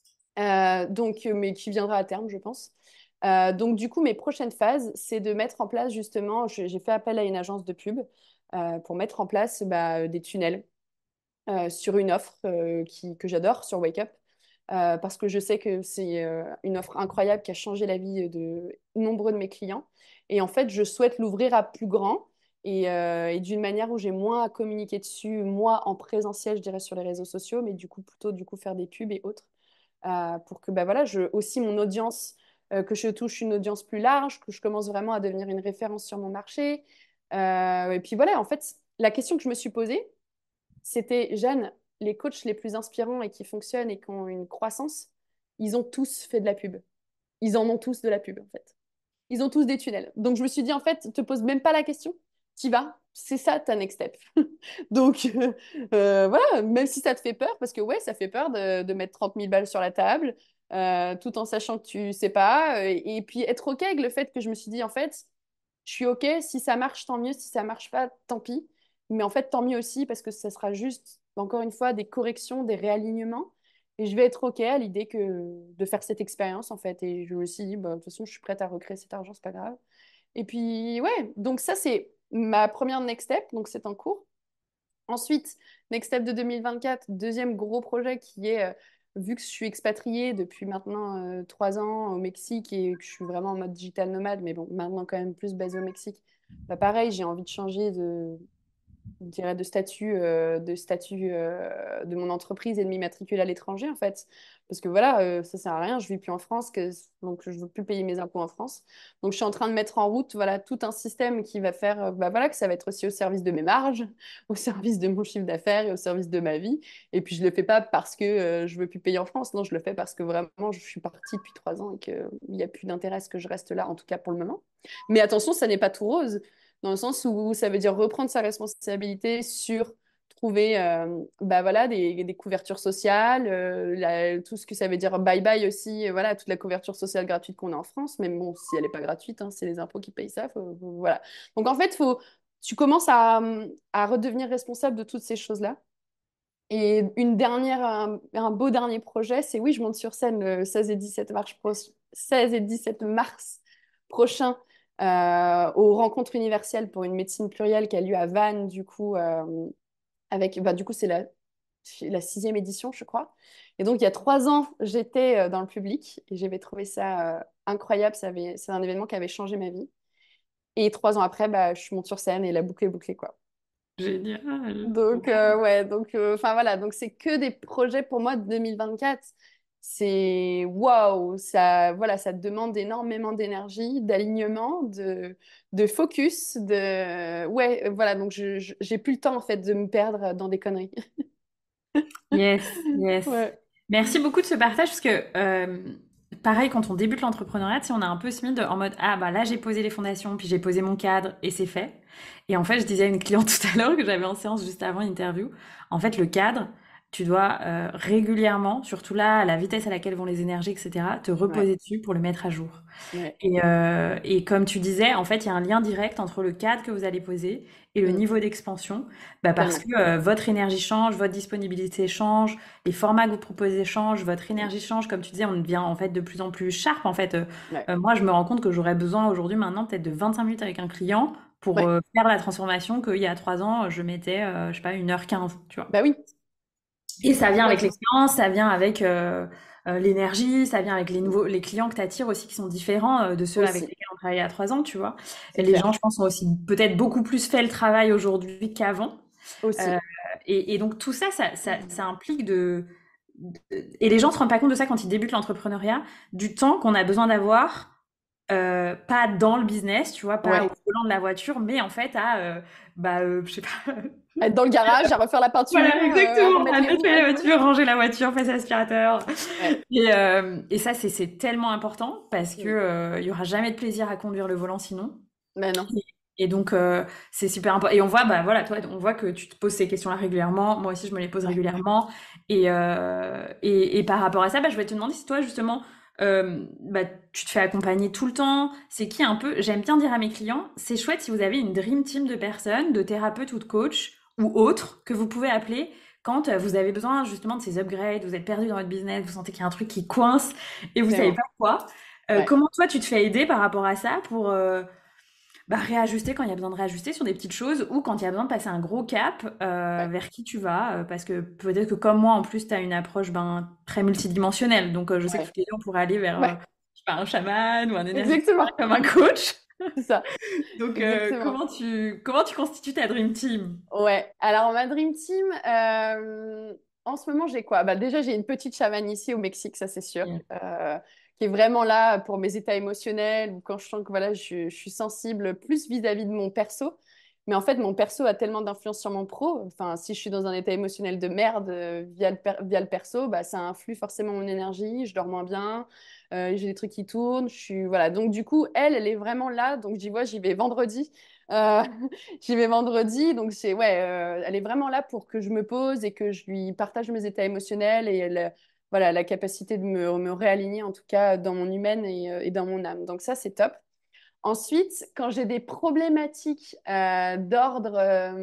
Mais qui viendra à terme, je pense. Donc, du coup, mes prochaines phases, c'est de mettre en place, justement, j'ai fait appel à une agence de pub pour mettre en place bah, des tunnels sur une offre que j'adore sur Wake Up. Parce que je sais que c'est une offre incroyable qui a changé la vie de nombreux de mes clients. Et en fait, je souhaite l'ouvrir à plus grand et d'une manière où j'ai moins à communiquer dessus, moi en présentiel, je dirais, sur les réseaux sociaux, mais du coup, plutôt du coup, faire des pubs et autres pour que bah, voilà, aussi mon audience, que je touche une audience plus large, que je commence vraiment à devenir une référence sur mon marché. Et puis voilà, en fait, la question que je me suis posée, c'était, Jeanne, les coachs les plus inspirants et qui fonctionnent et qui ont une croissance, ils ont tous fait de la pub. Ils en ont tous de la pub, en fait. Ils ont tous des tunnels. Donc, je me suis dit, en fait, te pose même pas la question. T'y vas. C'est ça ta next step. Donc, voilà, même si ça te fait peur, parce que ouais, ça fait peur de mettre 30 000 balles sur la table, tout en sachant que tu sais pas. Et puis, être OK avec le fait que je me suis dit, en fait, je suis OK, si ça marche, tant mieux, si ça marche pas, tant pis. Mais en fait, tant mieux aussi, parce que ça sera juste, encore une fois, des corrections, des réalignements. Et je vais être OK à l'idée de faire cette expérience, en fait. Et je me suis dit, bah, de toute façon, je suis prête à recréer cet argent, c'est pas grave. Et puis, ouais, donc ça, c'est ma première next step, donc c'est en cours. Ensuite, next step de 2024, deuxième gros projet qui est, vu que je suis expatriée depuis maintenant 3 ans au Mexique et que je suis vraiment en mode digital nomade, mais bon, maintenant quand même plus basée au Mexique, bah pareil, j'ai envie de changer je dirais, de statut de mon entreprise et de m'immatriculer à l'étranger, en fait. Parce que voilà, ça sert à rien, je vis plus en France, donc je veux plus payer mes impôts en France. Donc je suis en train de mettre en route, voilà, tout un système qui va faire, bah voilà, que ça va être aussi au service de mes marges, au service de mon chiffre d'affaires et au service de ma vie. Et puis je le fais pas parce que je veux plus payer en France, non, je le fais parce que vraiment, je suis partie depuis 3 ans et qu'il n'y a plus d'intérêt à ce que je reste là, en tout cas pour le moment. Mais attention, ça n'est pas tout rose dans le sens où ça veut dire reprendre sa responsabilité sur trouver bah voilà, des couvertures sociales, tout ce que ça veut dire bye-bye aussi, voilà, toute la couverture sociale gratuite qu'on a en France, même bon, si elle n'est pas gratuite, hein, c'est les impôts qui payent ça, voilà. Donc en fait, tu commences à redevenir responsable de toutes ces choses-là. Et un beau dernier projet, c'est oui, je monte sur scène le 16 et 17 mars, 16 et 17 mars prochain aux Rencontres universelles pour une médecine plurielle qui a lieu à Vannes, du coup, avec, bah, du coup, c'est la sixième édition, je crois. Et donc, il y a 3 ans, j'étais dans le public et j'avais trouvé ça incroyable. C'est un événement qui avait changé ma vie. Et 3 ans après, bah, je monte sur scène et la boucle est bouclée, quoi. Génial. Donc, ouais, donc, enfin voilà, donc c'est que des projets pour moi de 2024. C'est waouh, ça, voilà, ça demande énormément d'énergie, d'alignement, de focus, ouais, voilà, donc j'ai plus le temps en fait de me perdre dans des conneries. Yes, yes. Ouais, Merci beaucoup de ce partage parce que, pareil, quand on débute l'entrepreneuriat, tu sais, on a un peu ce mythe en mode, ah bah là j'ai posé les fondations, puis j'ai posé mon cadre et c'est fait. Et en fait, je disais à une cliente tout à l'heure que j'avais en séance juste avant l'interview, en fait, le cadre, tu dois régulièrement, surtout là, à la vitesse à laquelle vont les énergies, etc., te ouais, reposer dessus pour le mettre à jour. ouais, Et comme tu disais, en fait, il y a un lien direct entre le cadre que vous allez poser et le mm, niveau d'expansion, bah parce tellement. que votre énergie change, votre disponibilité change, les formats que vous proposez changent, votre Mm, énergie change. Comme tu disais, on devient en fait de plus en plus sharp. En fait, ouais, moi, je me rends compte que j'aurais besoin aujourd'hui, maintenant, peut-être de 25 minutes avec un client pour ouais, faire la transformation qu'il y a 3 ans, je mettais, je sais pas, 1h15, tu vois. bah oui, Et ça vient avec complètement. l'expérience, ça vient avec l'énergie, ça vient avec les clients que tu attires aussi qui sont différents de ceux avec Aussi, lesquels on travaillait il y a 3 ans, tu vois. Et c'est les clair. gens, je pense, ont aussi peut-être beaucoup plus fait le travail aujourd'hui qu'avant. Euh, Aussi. et donc tout ça, ça implique et les gens se rendent pas compte de ça quand ils débutent l'entrepreneuriat, du temps qu'on a besoin d'avoir, pas dans le business, tu vois, pas au Ouais. volant de la voiture, mais en fait je sais pas. Être dans le garage, à refaire la peinture, Voilà, à exactement. remettre À les roues nettoyer à la nouveau. voiture, ranger la voiture, passer l'aspirateur. Ouais. Et ça, c'est tellement important parce que Mm. il y aura jamais de plaisir à conduire le volant sinon. Mais non. Et donc, c'est super important. Et on voit, bah voilà, toi, on voit que tu te poses ces questions-là régulièrement. Moi aussi, je me les pose Ouais. régulièrement. Et par rapport à ça, bah, je vais te demander si toi, justement, bah, tu te fais accompagner tout le temps. C'est qui un peu, j'aime bien dire à mes clients, c'est chouette si vous avez une dream team de personnes, de thérapeutes ou de coachs ou autres que vous pouvez appeler quand vous avez besoin justement de ces upgrades, vous êtes perdu dans votre business, vous sentez qu'il y a un truc qui coince et vous savez Tellement. pas quoi. Ouais. Comment toi, tu te fais aider par rapport à ça pour bah, réajuster quand il y a besoin de réajuster sur des petites choses ou quand il y a besoin de passer un gros cap, Ouais. vers qui tu vas, parce que peut-être que comme moi en plus tu as une approche ben, très multidimensionnelle, donc je sais que Ouais. toutes les deux on pourrait aller vers Ouais. je sais pas, un chaman ou un énergéticien Exactement. comme un coach. C'est ça. Donc Exactement. comment tu constitues ta dream team? Ouais. Alors, ma Dream Team, en ce moment, j'ai quoi? Bah, déjà, j'ai une petite chamane ici au Mexique, ça c'est sûr, Yeah. qui est vraiment là pour mes états émotionnels ou quand je sens que voilà, je suis sensible plus vis-à-vis de mon perso. Mais en fait, mon perso a tellement d'influence sur mon pro. Enfin, si je suis dans un état émotionnel de merde via le perso, bah, ça influe forcément mon énergie, je dors moins bien, j'ai des trucs qui tournent, je suis... Voilà. Donc, du coup, elle est vraiment là. Donc, j'y vais vendredi. Euh, J'y vais vendredi, donc ouais, elle est vraiment là pour que je me pose et que je lui partage mes états émotionnels et voilà, la capacité de me réaligner en tout cas dans mon humaine et dans mon âme. Donc ça, c'est top. Ensuite, quand j'ai des problématiques d'ordre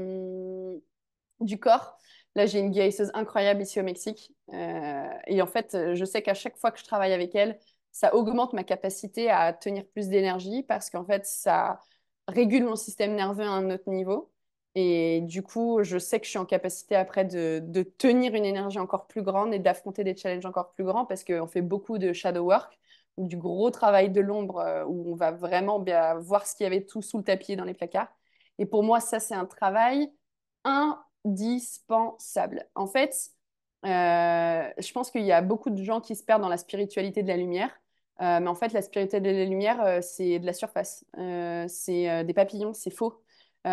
du corps, là, j'ai une guérisseuse incroyable ici au Mexique. Et en fait, je sais qu'à chaque fois que je travaille avec elle, ça augmente ma capacité à tenir plus d'énergie parce qu'en fait, ça régule mon système nerveux à un autre niveau. Et du coup, je sais que je suis en capacité après de tenir une énergie encore plus grande et d'affronter des challenges encore plus grands parce qu'on fait beaucoup de shadow work, du gros travail de l'ombre où on va vraiment bien voir ce qu'il y avait tout sous le tapis et dans les placards. Et pour moi, ça, c'est un travail indispensable. En fait, je pense qu'il y a beaucoup de gens qui se perdent dans la spiritualité de la lumière. Mais en fait, la spiritualité de la lumière, c'est de la surface. C'est des papillons, c'est faux.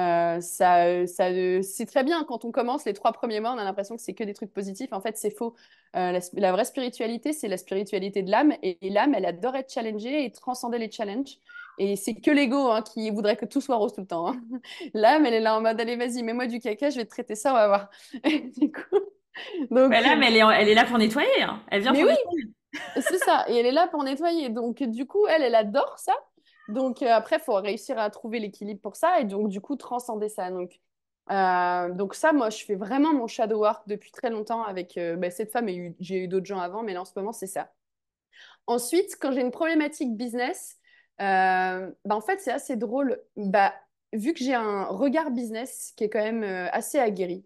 C'est très bien quand on commence les 3 premiers mois, on a l'impression que c'est que des trucs positifs. En fait, c'est faux. La vraie spiritualité, c'est la spiritualité de l'âme. Et l'âme, elle adore être challengée et transcender les challenges. Et c'est que l'ego hein, qui voudrait que tout soit rose tout le temps. Hein. L'âme, elle est là en mode, allez, vas-y, mets-moi du caca, je vais te traiter ça, on va voir. Et du coup, Bah donc, là, mais elle est là pour nettoyer, hein. Elle vient mais pour oui, nettoyer. c'est ça. Et elle est là pour nettoyer. Donc, du coup, elle adore ça. Donc, après, il faut réussir à trouver l'équilibre pour ça et donc, du coup, transcender ça. Donc ça, moi, je fais vraiment mon shadow work depuis très longtemps avec bah, cette femme et j'ai eu d'autres gens avant, mais là, en ce moment, c'est ça. Ensuite, quand j'ai une problématique business, bah, en fait, c'est assez drôle. Bah, vu que j'ai un regard business qui est quand même assez aguerri,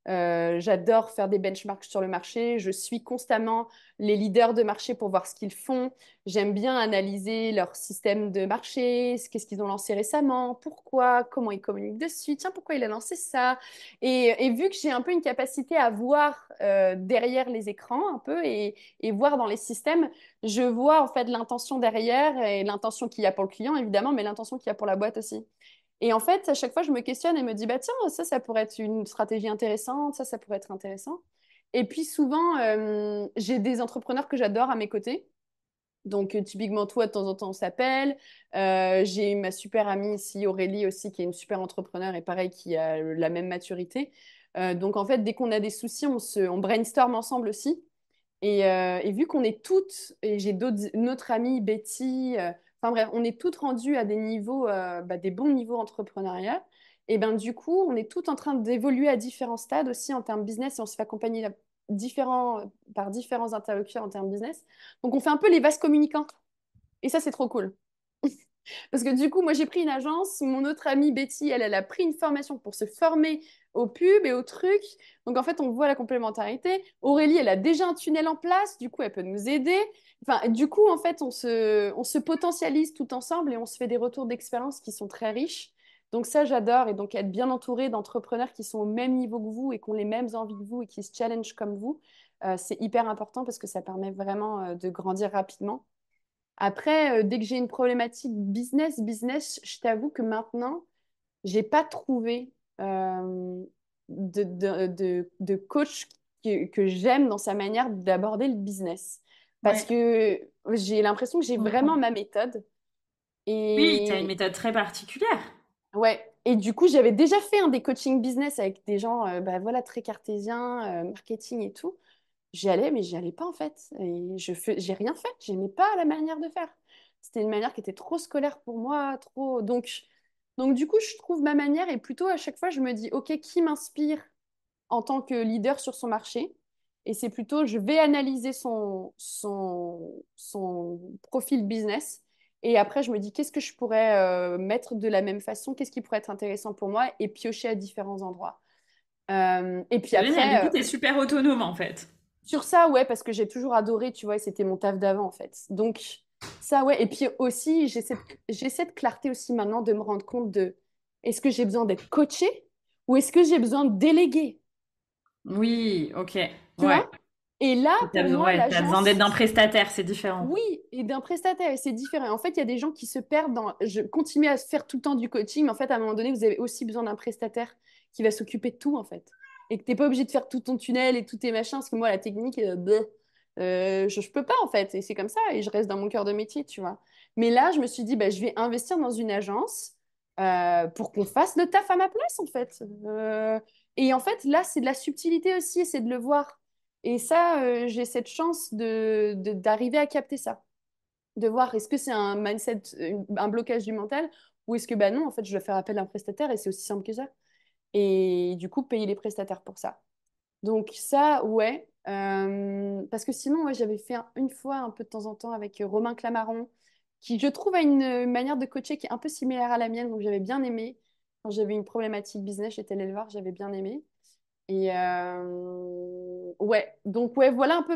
J'adore faire des benchmarks sur le marché. Je suis constamment les leaders de marché pour voir ce qu'ils font. J'aime bien analyser leur système de marché, qu'est-ce qu'ils ont lancé récemment, pourquoi, comment ils communiquent dessus, tiens, pourquoi il a lancé ça. Et vu que j'ai un peu une capacité à voir derrière les écrans un peu et voir dans les systèmes, je vois en fait l'intention derrière et l'intention qu'il y a pour le client évidemment, mais l'intention qu'il y a pour la boîte aussi. Et en fait, à chaque fois, je me questionne et me dis, bah tiens, ça pourrait être une stratégie intéressante, ça pourrait être intéressant. Et puis souvent, j'ai des entrepreneurs que j'adore à mes côtés. Donc, typiquement, toi, de temps en temps, on s'appelle. J'ai ma super amie ici, Aurélie aussi, qui est une super entrepreneur et pareil, qui a la même maturité. Donc, en fait, dès qu'on a des soucis, on brainstorm ensemble aussi. Et vu qu'on est toutes, et j'ai une autre amie, Betty, enfin bref, on est toutes rendues à des niveaux, des bons niveaux entrepreneuriat. Et ben du coup, on est toutes en train d'évoluer à différents stades aussi en termes business et on se fait accompagner par différents interlocuteurs en termes business. Donc on fait un peu les vases communicants. Et ça, c'est trop cool. Parce que du coup, moi, j'ai pris une agence. Mon autre amie Betty, elle a pris une formation pour se former aux pubs et aux trucs. Donc, en fait, on voit la complémentarité. Aurélie, elle a déjà un tunnel en place. Du coup, elle peut nous aider. Enfin, du coup, en fait, on se potentialise tout ensemble et on se fait des retours d'expérience qui sont très riches. Donc, ça, j'adore. Et donc, être bien entouré d'entrepreneurs qui sont au même niveau que vous et qui ont les mêmes envies que vous et qui se challengent comme vous, c'est hyper important parce que ça permet vraiment de grandir rapidement. Après, dès que j'ai une problématique business, je t'avoue que maintenant, j'ai pas trouvé de coach que j'aime dans sa manière d'aborder le business. Parce Ouais, que j'ai l'impression que j'ai je vraiment comprends. ma méthode. Oui, tu as une Et méthode très particulière. ouais. Et du coup, j'avais déjà fait des coaching business avec des gens voilà, très cartésiens, marketing et tout. J'y allais, mais j'y allais pas en fait. Et j'ai rien fait. J'aimais pas la manière de faire. C'était une manière qui était trop scolaire pour moi, trop. Donc du coup, je trouve ma manière et plutôt à chaque fois, je me dis, OK, qui m'inspire en tant que leader sur son marché? Et c'est plutôt, je vais analyser son profil business. Et après, je me dis, qu'est-ce que je pourrais mettre de la même façon? Qu'est-ce qui pourrait être intéressant pour moi? Et piocher à différents endroits. Et puis C'est génial. Du après, coup, tu es super autonome en fait. sur ça, ouais, parce que j'ai toujours adoré, tu vois, et c'était mon taf d'avant, en fait. Donc, ça, ouais. Et puis aussi, j'ai cette clarté aussi maintenant de me rendre compte de est-ce que j'ai besoin d'être coachée ou est-ce que j'ai besoin de déléguer, Oui, ok. tu Ouais. vois? Et là, pour moi, T'as besoin d'être d'un l'agence, prestataire, c'est différent. oui, et d'un prestataire, et c'est différent. En fait, il y a des gens qui se perdent dans je continue à faire tout le temps du coaching, mais en fait, à un moment donné, vous avez aussi besoin d'un prestataire qui va s'occuper de tout, en fait. Et que tu n'es pas obligé de faire tout ton tunnel et tous tes machins, parce que moi, la technique, je peux pas, en fait. Et c'est comme ça, et je reste dans mon cœur de métier, tu vois. Mais là, je me suis dit, bah, je vais investir dans une agence pour qu'on fasse le taf à ma place, en fait. Et en fait, là, c'est de la subtilité aussi, et c'est de le voir. Et ça, j'ai cette chance d'arriver à capter ça, de voir est-ce que c'est un mindset, un blocage du mental, ou est-ce que bah non, en fait, je dois faire appel à un prestataire et c'est aussi simple que ça. Et du coup, payer les prestataires pour ça. Donc ça, ouais. Parce que sinon, ouais, j'avais fait une fois, un peu de temps en temps, avec Romain Clamaron, qui, je trouve, a une manière de coacher qui est un peu similaire à la mienne, donc j'avais bien aimé. Quand j'avais une problématique business, j'étais allée le voir, j'avais bien aimé. Et ouais, donc ouais, voilà un peu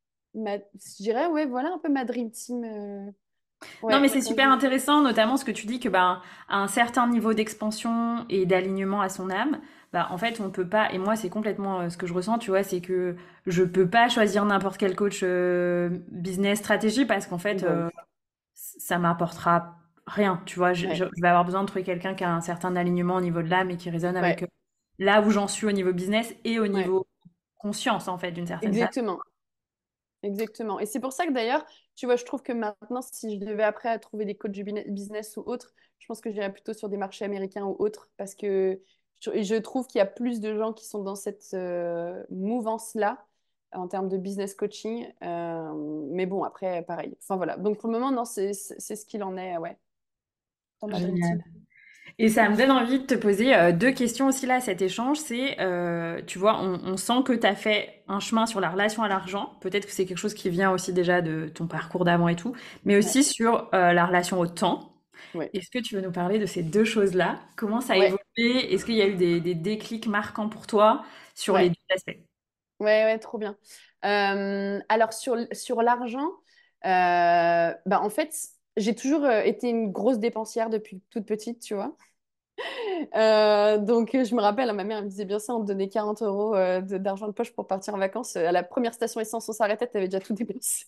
je dirais, ouais, voilà un peu ma dream team. Non, mais Ouais, c'est quand super je... intéressant, notamment ce que tu dis que bah, à un certain niveau d'expansion et d'alignement à son âme, bah, en fait, on peut pas, et moi, c'est complètement ce que je ressens, tu vois, c'est que je peux pas choisir n'importe quel coach business stratégie parce qu'en fait, Bah oui, ça m'apportera rien, tu vois. ouais, Je vais avoir besoin de trouver quelqu'un qui a un certain alignement au niveau de l'âme et qui résonne avec ouais, là où j'en suis au niveau business et au ouais, niveau conscience, en fait, d'une certaine façon. exactement, exactement. Et c'est pour ça que d'ailleurs, tu vois, je trouve que maintenant, si je devais après trouver des coachs du business ou autres, je pense que j'irais plutôt sur des marchés américains ou autres, parce que je trouve qu'il y a plus de gens qui sont dans cette mouvance-là en termes de business coaching. Mais bon, après, pareil. Enfin voilà. Donc pour le moment, non, c'est ce qu'il en est, ouais, dans ma dream team. Génial. Et ça me donne envie de te poser deux questions aussi là, cet échange. C'est, tu vois, on sent que tu as fait un chemin sur la relation à l'argent. Peut-être que c'est quelque chose qui vient aussi déjà de ton parcours d'avant et tout, mais Ouais. aussi sur la relation au temps. Ouais. Est-ce que tu veux nous parler de ces deux choses-là? Comment ça a Ouais. évolué? Est-ce qu'il y a eu des déclics marquants pour toi sur les Ouais. deux aspects? Ouais, ouais, trop bien. Alors sur l'argent, bah en fait, j'ai toujours été une grosse dépensière depuis toute petite, tu vois. Donc je me rappelle, hein, ma mère elle me disait bien ça, on me donnait 40 euros d'argent de poche pour partir en vacances. À la première station essence, on s'arrêtait, t'avais déjà tout dépensé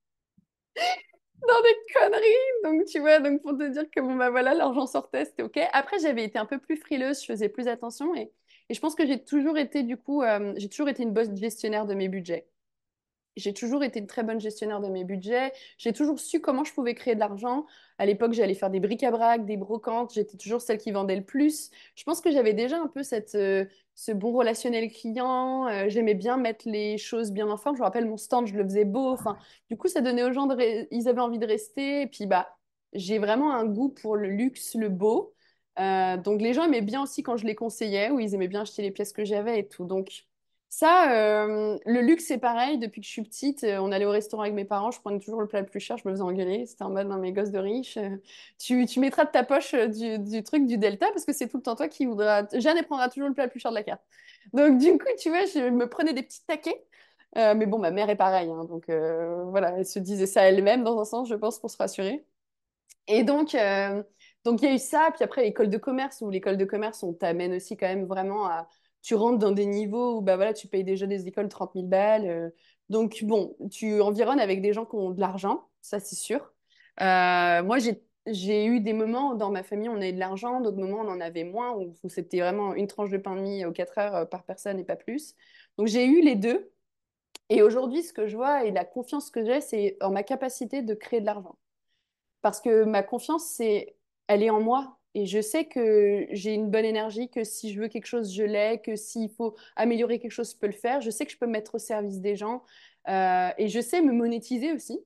dans des conneries. Donc tu vois, donc pour te dire que bon bah voilà, l'argent sortait, c'était ok. Après j'avais été un peu plus frileuse, je faisais plus attention et je pense que j'ai toujours été du coup, j'ai toujours été une bonne gestionnaire de mes budgets. J'ai toujours été une très bonne gestionnaire de mes budgets. J'ai toujours su comment je pouvais créer de l'argent. À l'époque, j'allais faire des bric-à-brac, des brocantes. J'étais toujours celle qui vendait le plus. Je pense que j'avais déjà un peu ce bon relationnel client. J'aimais bien mettre les choses bien en forme. Je me rappelle mon stand, je le faisais beau. Enfin, du coup, ça donnait aux gens ils avaient envie de rester. Et puis, bah, j'ai vraiment un goût pour le luxe, le beau. Donc, les gens aimaient bien aussi quand je les conseillais, ou ils aimaient bien acheter les pièces que j'avais et tout. Donc, ça, le luxe, c'est pareil. Depuis que je suis petite, on allait au restaurant avec mes parents. Je prenais toujours le plat le plus cher. Je me faisais engueuler. C'était en mode, non, mes gosses de riches. Tu mettras de ta poche du truc du Delta parce que c'est tout le temps toi qui voudras. Jeanne, elle prendra toujours le plat le plus cher de la carte. Donc, du coup, tu vois, je me prenais des petits taquets. Mais bon, ma mère est pareille, hein. Donc, voilà, elle se disait ça elle-même, dans un sens, je pense, pour se rassurer. Et donc il y a eu ça. Puis après, l'école de commerce, où l'école de commerce, on t'amène aussi quand même vraiment à. Tu rentres dans des niveaux où bah, voilà, tu payes déjà des écoles 30 000 balles. Donc, bon, tu environnes avec des gens qui ont de l'argent, ça, c'est sûr. Moi, j'ai eu des moments dans ma famille, on avait de l'argent, d'autres moments, on en avait moins, où c'était vraiment une tranche de pain de mie aux 4 heures par personne et pas plus. Donc, j'ai eu les deux. Et aujourd'hui, ce que je vois et la confiance que j'ai, c'est en ma capacité de créer de l'argent. Parce que ma confiance, elle est en moi. Et je sais que j'ai une bonne énergie, que si je veux quelque chose, je l'ai, que s'il faut améliorer quelque chose, je peux le faire. Je sais que je peux me mettre au service des gens. Et je sais me monétiser aussi.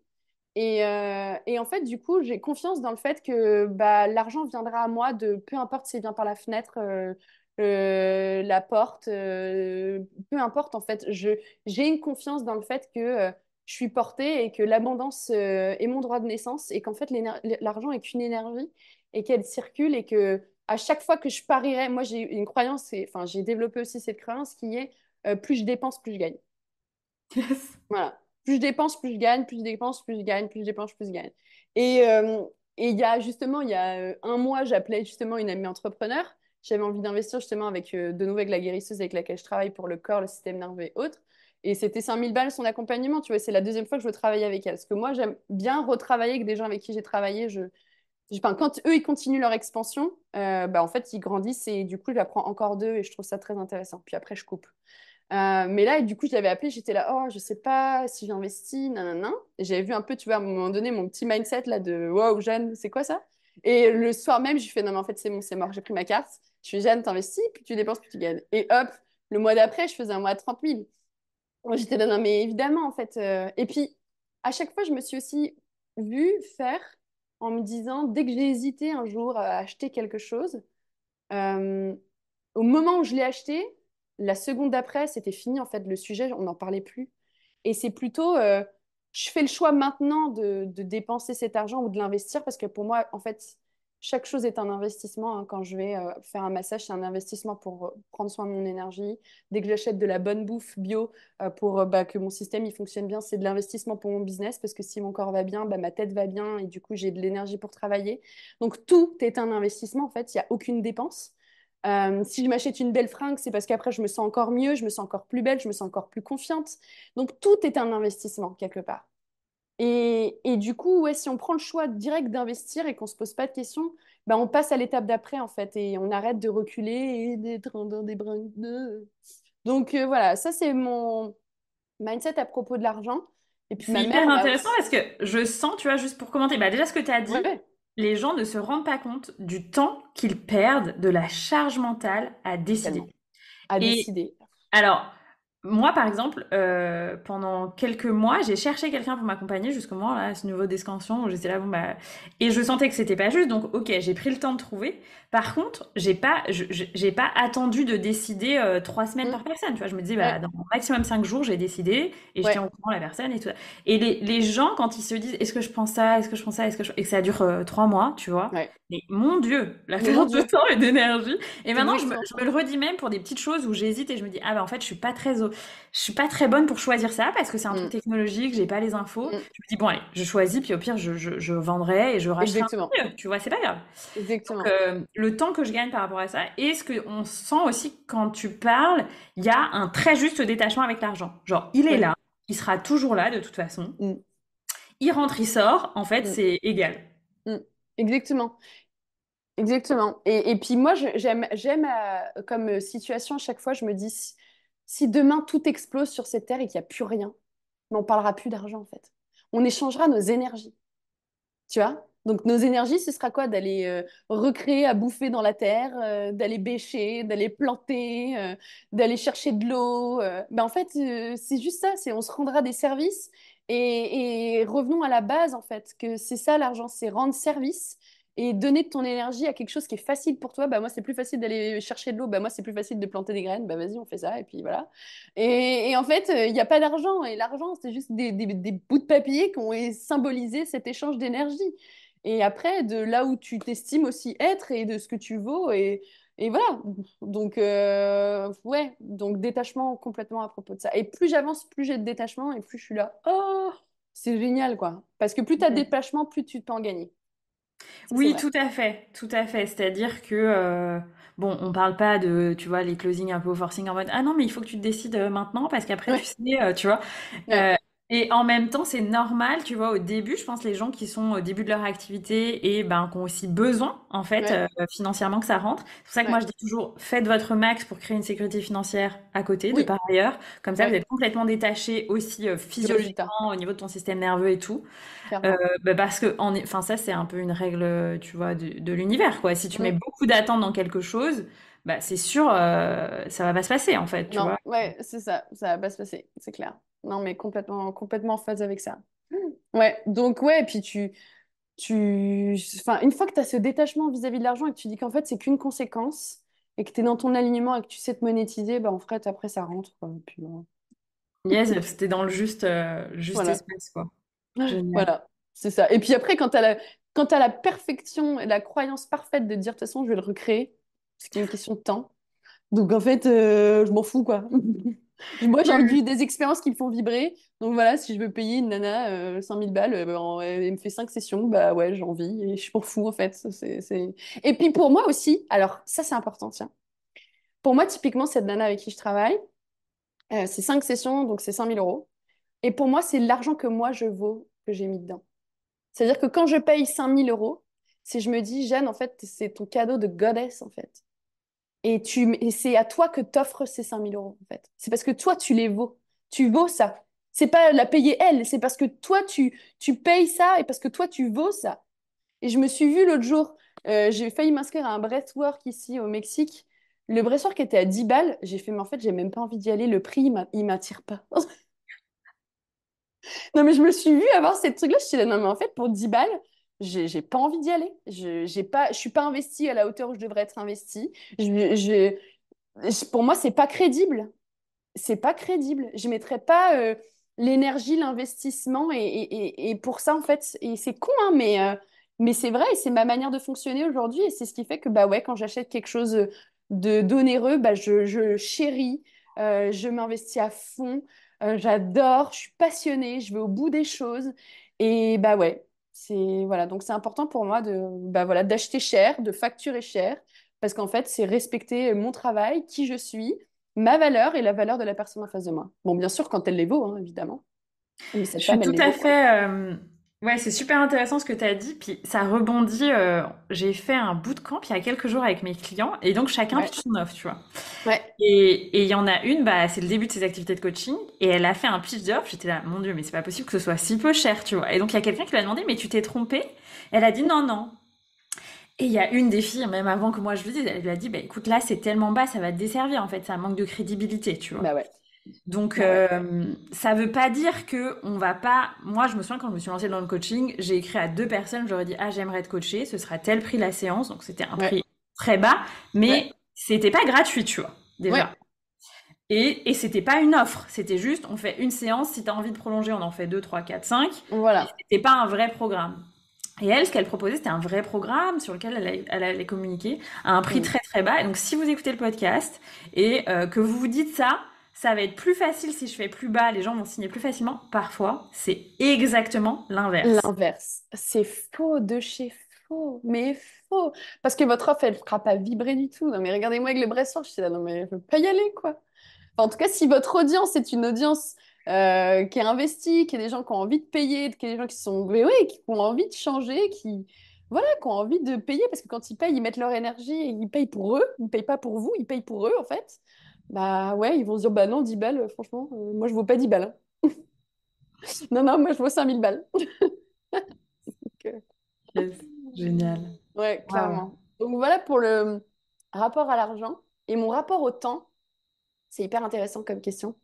Et en fait, du coup, j'ai confiance dans le fait que bah, l'argent viendra à moi, peu importe s'il vient par la fenêtre, la porte, peu importe en fait. J'ai une confiance dans le fait que je suis portée et que l'abondance est mon droit de naissance et qu'en fait, l'argent est qu'une énergie et qu'elle circule et que à chaque fois que je parierais, moi j'ai une croyance, enfin j'ai développé aussi cette croyance qui est plus je dépense, plus je gagne. Yes. Voilà. Plus je dépense, plus je gagne, plus je dépense, plus je gagne, plus je dépense, plus je gagne. Et il y a justement, il y a un mois, j'appelais justement une amie entrepreneur. J'avais envie d'investir justement avec, de nouveau avec la guérisseuse avec laquelle je travaille pour le corps, le système nerveux et autres. Et c'était 5 000 balles son accompagnement, tu vois. C'est la deuxième fois que je veux travailler avec elle. Parce que moi, j'aime bien retravailler avec des gens avec qui j'ai travaillé. Enfin, quand eux, ils continuent leur expansion, bah, en fait, ils grandissent et du coup, j'apprends encore d'eux et je trouve ça très intéressant. Puis après, je coupe. Mais là, du coup, je l'avais appelé, j'étais là, oh, je sais pas si j'investis, nanana. Et j'avais vu un peu, tu vois, à un moment donné, mon petit mindset là de, wow, Jeanne, c'est quoi ça? Et le soir même, je lui fais, non, mais en fait, c'est bon, c'est mort, j'ai pris ma carte. Je suis Jeanne, t'investis, plus tu dépenses, plus tu gagnes. Et hop, le mois d'après, je faisais un mois à 30 000. Moi, j'étais là, non, mais évidemment, en fait. Et puis, à chaque fois, je me suis aussi vue faire en me disant, dès que j'ai hésité un jour à acheter quelque chose, euh, au moment où je l'ai acheté, la seconde d'après, c'était fini en fait, le sujet, on n'en parlait plus. Et c'est plutôt, je fais le choix maintenant de dépenser cet argent ou de l'investir parce que pour moi, en fait, chaque chose est un investissement, hein. Quand je vais faire un massage, c'est un investissement pour prendre soin de mon énergie. Dès que j'achète de la bonne bouffe bio pour bah, que mon système il fonctionne bien, c'est de l'investissement pour mon business parce que si mon corps va bien, bah, ma tête va bien et du coup, j'ai de l'énergie pour travailler. Donc, tout est un investissement en fait, il n'y a aucune dépense. Si je m'achète une belle fringue, c'est parce qu'après, je me sens encore mieux, je me sens encore plus belle, je me sens encore plus confiante. Donc, tout est un investissement, quelque part. Et du coup, ouais, si on prend le choix direct d'investir et qu'on ne se pose pas de questions, bah, on passe à l'étape d'après, en fait, et on arrête de reculer et d'être dans des brins. Donc, voilà, ça, c'est mon mindset à propos de l'argent. Et puis, C'est ma hyper mère m'a intéressant aussi... parce que je sens, tu vois, juste pour commenter, bah déjà ce que tu as dit, Ouais, les gens ne se rendent pas compte du temps qu'ils perdent, de la charge mentale à décider. tellement. À Et décider. alors, Moi, par exemple, pendant quelques mois, j'ai cherché quelqu'un pour m'accompagner jusqu'au moment là, à ce niveau d'escansion où j'étais là, bon bah, et je sentais que c'était pas juste, donc ok, j'ai pris le temps de trouver. Par contre, j'ai pas attendu de décider 3 semaines Mm. par personne. Tu vois, je me disais, bah, Ouais, dans maximum 5 jours, j'ai décidé et je tiens ouais, au courant la personne et tout ça. Et les gens, quand ils se disent, est-ce que je pense ça, est-ce que je pense ça, et que ça dure 3 mois, tu vois. ouais. Mais mon Dieu, la Mais mon perte de Dieu, temps et d'énergie. Et c'est maintenant, exactement je ça. me le redis même pour des petites choses où j'hésite et je me dis, ah bah en fait, je suis pas très bonne pour choisir ça parce que c'est un truc Mm, technologique, j'ai pas les infos. mm. Je me dis, bon, allez, je choisis, puis au pire, je vendrai et je racheterai un Exactement, peu mieux. Tu vois, c'est pas grave. Donc, exactement. le temps que je gagne par rapport à ça, et ce qu'on sent aussi quand tu parles, il y a un très juste détachement avec l'argent. Genre, il est Ouais. là, il sera toujours là de toute façon. Mm, Il rentre, il sort, en fait, mm, c'est égal. mm. Exactement. Exactement. Et puis moi, j'aime comme situation à chaque fois, je me dis, si demain tout explose sur cette terre et qu'il n'y a plus rien, mais on parlera plus d'argent en fait. On échangera nos énergies, tu vois? Donc nos énergies, ce sera quoi? D'aller recréer à bouffer dans la terre, d'aller bêcher, d'aller planter, d'aller chercher de l'eau. Ben en fait, c'est juste ça, on se rendra des services et revenons à la base en fait, que c'est ça l'argent, c'est rendre service et donner de ton énergie à quelque chose qui est facile pour toi. Bah moi, c'est plus facile d'aller chercher de l'eau, bah moi, c'est plus facile de planter des graines, bah vas-y, on fait ça et puis voilà. Et en fait, il n'y a pas d'argent et l'argent, c'est juste des bouts de papier qui ont symbolisé cet échange d'énergie. Et après, de là où tu t'estimes aussi être et de ce que tu vaux. Et voilà. Donc, ouais. Donc, détachement complètement à propos de ça. Et plus j'avance, plus j'ai de détachement et plus je suis là. Oh, c'est génial, quoi. Parce que plus tu as de détachement, plus tu peux en gagner. Ça, c'est Oui, vrai. tout à fait, tout à fait. C'est-à-dire que, bon, on parle pas de, tu vois, les closings un peu au forcing en mode, ah non, mais il faut que tu te décides maintenant parce qu'après, tu Ouais. sais, tu vois. Ouais. Euh, et en même temps, c'est normal, tu vois, au début, je pense les gens qui sont au début de leur activité et ben, qui ont aussi besoin, en fait, Ouais. financièrement que ça rentre. C'est pour ça que moi, Ouais. je dis toujours, faites votre max pour créer une sécurité financière à côté, de Oui. par ailleurs. Comme ça, vous Ouais. êtes complètement détaché aussi Du résultat. physiologiquement au niveau de ton système nerveux et tout. Euh, Clairement. bah parce que, enfin, ça, c'est un peu une règle, tu vois, de l'univers, quoi. Si tu mets Mm. beaucoup d'attentes dans quelque chose, bah, c'est sûr, ça va pas se passer, en fait, tu Non. vois. Ouais, c'est ça. Ça va pas se passer. C'est clair. Non, mais complètement, complètement en phase avec ça. Ouais, donc ouais, et puis enfin, une fois que tu as ce détachement vis-à-vis de l'argent et que tu dis qu'en fait c'est qu'une conséquence et que tu es dans ton alignement et que tu sais te monétiser, bah en fait après ça rentre, quoi. Et puis, Yes, c'était dans le juste voilà, espace, quoi. Génial. voilà, c'est ça. Et puis après, quand tu la perfection et la croyance parfaite de dire de toute façon je vais le recréer, c'est qu'une question de temps. Donc en fait, je m'en fous, quoi. Moi, j'ai Oui, envie de oui. vivre des expériences qui me font vibrer. Donc voilà, si je veux payer une nana 5000 balles, elle me fait 5 sessions, bah ouais, j'ai envie et je m'en fous en fait. Et puis pour moi aussi, alors ça c'est important, tiens. Pour moi, typiquement, cette nana avec qui je travaille, c'est 5 sessions, donc c'est 5000 euros. Et pour moi, c'est l'argent que moi je vaux que j'ai mis dedans. C'est-à-dire que quand je paye 5000 euros, si je me dis, Jeanne, en fait, c'est ton cadeau de goddess, en fait. Et c'est à toi que t'offres ces 5000 euros, en fait. C'est parce que toi, tu les vaux. Tu vaux ça. C'est pas la payer elle, c'est parce que toi, tu payes ça et parce que toi, tu vaux ça. Et je me suis vue l'autre jour, j'ai failli m'inscrire à un breathwork ici au Mexique. Le breathwork était à 10 balles. J'ai fait, mais en fait, j'ai même pas envie d'y aller. Le prix, il m'attire pas. Non, mais je me suis vue avoir ces trucs-là. Je suis là, non, mais en fait, pour 10 balles, j'ai pas envie d'y aller. Je suis pas investie à la hauteur où je devrais être investie. Pour moi, c'est pas crédible. C'est pas crédible. Je mettrais pas l'énergie, l'investissement et pour ça en fait, et c'est con hein, mais c'est vrai et c'est ma manière de fonctionner aujourd'hui et c'est ce qui fait que bah ouais, quand j'achète quelque chose de d'onéreux, bah je chéris, je m'investis à fond, j'adore, je suis passionnée, je vais au bout des choses et bah ouais, c'est voilà, donc c'est important pour moi de bah voilà, d'acheter cher, de facturer cher parce qu'en fait, c'est respecter mon travail, qui je suis ma valeur et la valeur de la personne en face de moi. Bon, bien sûr, quand elle les vaut, hein, évidemment. Mais Je cette suis femme, elle tout les à vaut, quoi. fait. Ouais, c'est super intéressant ce que tu as dit. Puis ça rebondit. J'ai fait un bootcamp il y a quelques jours avec mes clients et donc chacun Ouais, pitch son offre, tu vois. ouais. Et il y en a une, bah, c'est le début de ses activités de coaching et elle a fait un pitch d'offre. J'étais là, mon Dieu, mais c'est pas possible que ce soit si peu cher, tu vois. Et donc il y a quelqu'un qui lui a demandé, mais tu t'es trompée? Elle a dit non, non. Et il y a une des filles, même avant que moi je le dise, elle lui a dit, bah écoute, là c'est tellement bas, ça va te desservir en fait, ça manque de crédibilité, tu vois. Bah ouais. Donc, Bah ouais. ça veut pas dire que on va pas. Moi, je me souviens quand je me suis lancée dans le coaching, j'ai écrit à deux personnes, j'aurais dit, ah, j'aimerais être coachée, ce sera tel prix la séance, donc c'était un Ouais. prix très bas, Ouais. mais c'était pas gratuit, tu vois, Ouais. déjà. Et c'était pas une offre, c'était juste, on fait une séance, si t'as envie de prolonger, on en fait 2, 3, 4, 5, mais Voilà. c'était pas un vrai programme. Et elle, ce qu'elle proposait, c'était un vrai programme sur lequel elle allait communiquer à un prix Mm. très très bas. Et donc, si vous écoutez le podcast et que vous vous dites ça, ça va être plus facile si je fais plus bas, les gens vont signer plus facilement. Parfois, c'est exactement l'inverse. L'inverse. C'est faux de chez faux. Mais faux. Parce que votre offre, elle ne fera pas vibrer du tout. Non, mais regardez-moi avec le Bressoir, je suis là, non, mais je veux pas y aller, quoi. Enfin, en tout cas, si votre audience est une audience qui est investie, qui est des gens qui ont envie de payer, qui est des gens qui sont, mais oui, qui ont envie de changer, voilà, qui ont envie de payer, parce que quand ils payent, ils mettent leur énergie et ils payent pour eux, ils payent pas pour vous, ils payent pour eux, en fait. Bah ouais, ils vont se dire, bah non, 10 balles, franchement, moi, je vaux pas 10 balles, hein. Non, non, moi, je vaux 5 000 balles. Donc, Yes. Génial. ouais, Waouh. clairement. Donc voilà pour le rapport à l'argent. Et mon rapport au temps, c'est hyper intéressant comme question.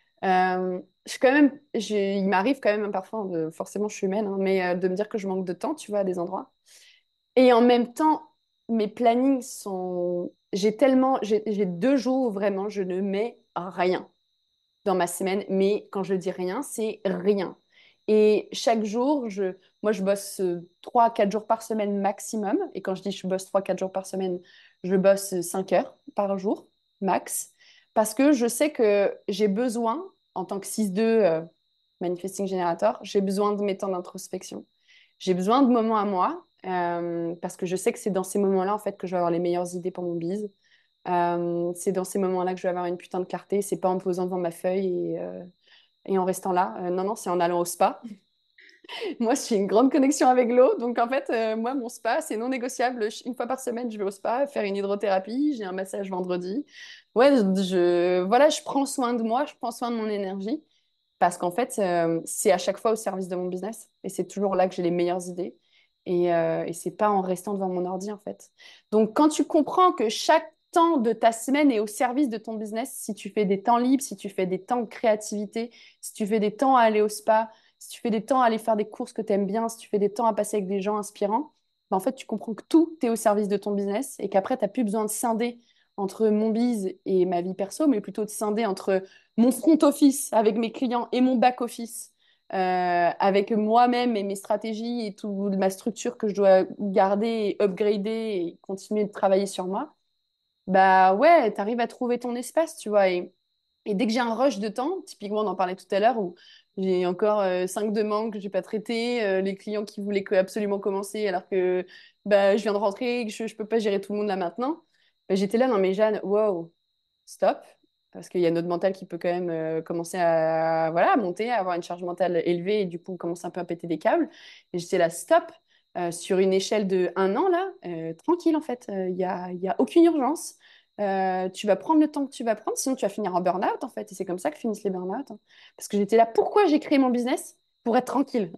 Je suis quand même, il m'arrive quand même parfois, forcément je suis humaine, hein, mais de me dire que je manque de temps, tu vois, à des endroits. Et en même temps, mes plannings sont... J'ai 2 jours où vraiment je ne mets rien dans ma semaine, mais quand je dis rien, c'est rien. Et chaque jour, moi, je bosse 3 à 4 jours par semaine maximum. Et quand je dis je bosse 3 à 4 jours par semaine, je bosse 5 heures par jour, max. Parce que je sais que j'ai besoin, en tant que 6-2 Manifesting Generator, j'ai besoin de mes temps d'introspection. J'ai besoin de moments à moi, parce que je sais que c'est dans ces moments-là, en fait, que je vais avoir les meilleures idées pour mon bise. C'est dans ces moments-là que je vais avoir une putain de clarté. C'est pas en me posant devant ma feuille et en restant là. Non, non, c'est en allant au spa. Moi, j'ai une grande connexion avec l'eau. Donc, en fait, moi, mon spa, c'est non négociable. Une fois par semaine, je vais au spa faire une hydrothérapie. J'ai un massage vendredi. Ouais, voilà, je prends soin de moi, je prends soin de mon énergie. Parce qu'en fait, c'est à chaque fois au service de mon business. Et c'est toujours là que j'ai les meilleures idées. Et c'est pas en restant devant mon ordi, en fait. Donc, quand tu comprends que chaque temps de ta semaine est au service de ton business, si tu fais des temps libres, si tu fais des temps de créativité, si tu fais des temps à aller au spa, si tu fais des temps à aller faire des courses que tu aimes bien, si tu fais des temps à passer avec des gens inspirants, ben, en fait, tu comprends que tout est au service de ton business et qu'après, tu n'as plus besoin de scinder entre mon biz et ma vie perso, mais plutôt de scinder entre mon front office avec mes clients et mon back office avec moi-même et mes stratégies et toute ma structure que je dois garder et upgrader et continuer de travailler sur moi, bah ouais, tu arrives à trouver ton espace, tu vois. Et dès que j'ai un rush de temps, typiquement, on en parlait tout à l'heure, où j'ai encore 5 demandes que j'ai pas traitées, les clients qui voulaient absolument commencer alors que bah, je viens de rentrer et que je ne peux pas gérer tout le monde là maintenant, bah, j'étais là, non mais Jeanne, wow, stop. Parce qu'il y a notre mental qui peut quand même commencer à, voilà, à monter, à avoir une charge mentale élevée et du coup commencer un peu à péter des câbles. Et j'étais là, stop. Sur une échelle de 1 an, là, tranquille en fait, il y a aucune urgence. Tu vas prendre le temps que tu vas prendre, sinon tu vas finir en burn-out en fait. Et c'est comme ça que finissent les burn-out, hein. Parce que j'étais là, pourquoi j'ai créé mon business? Pour être tranquille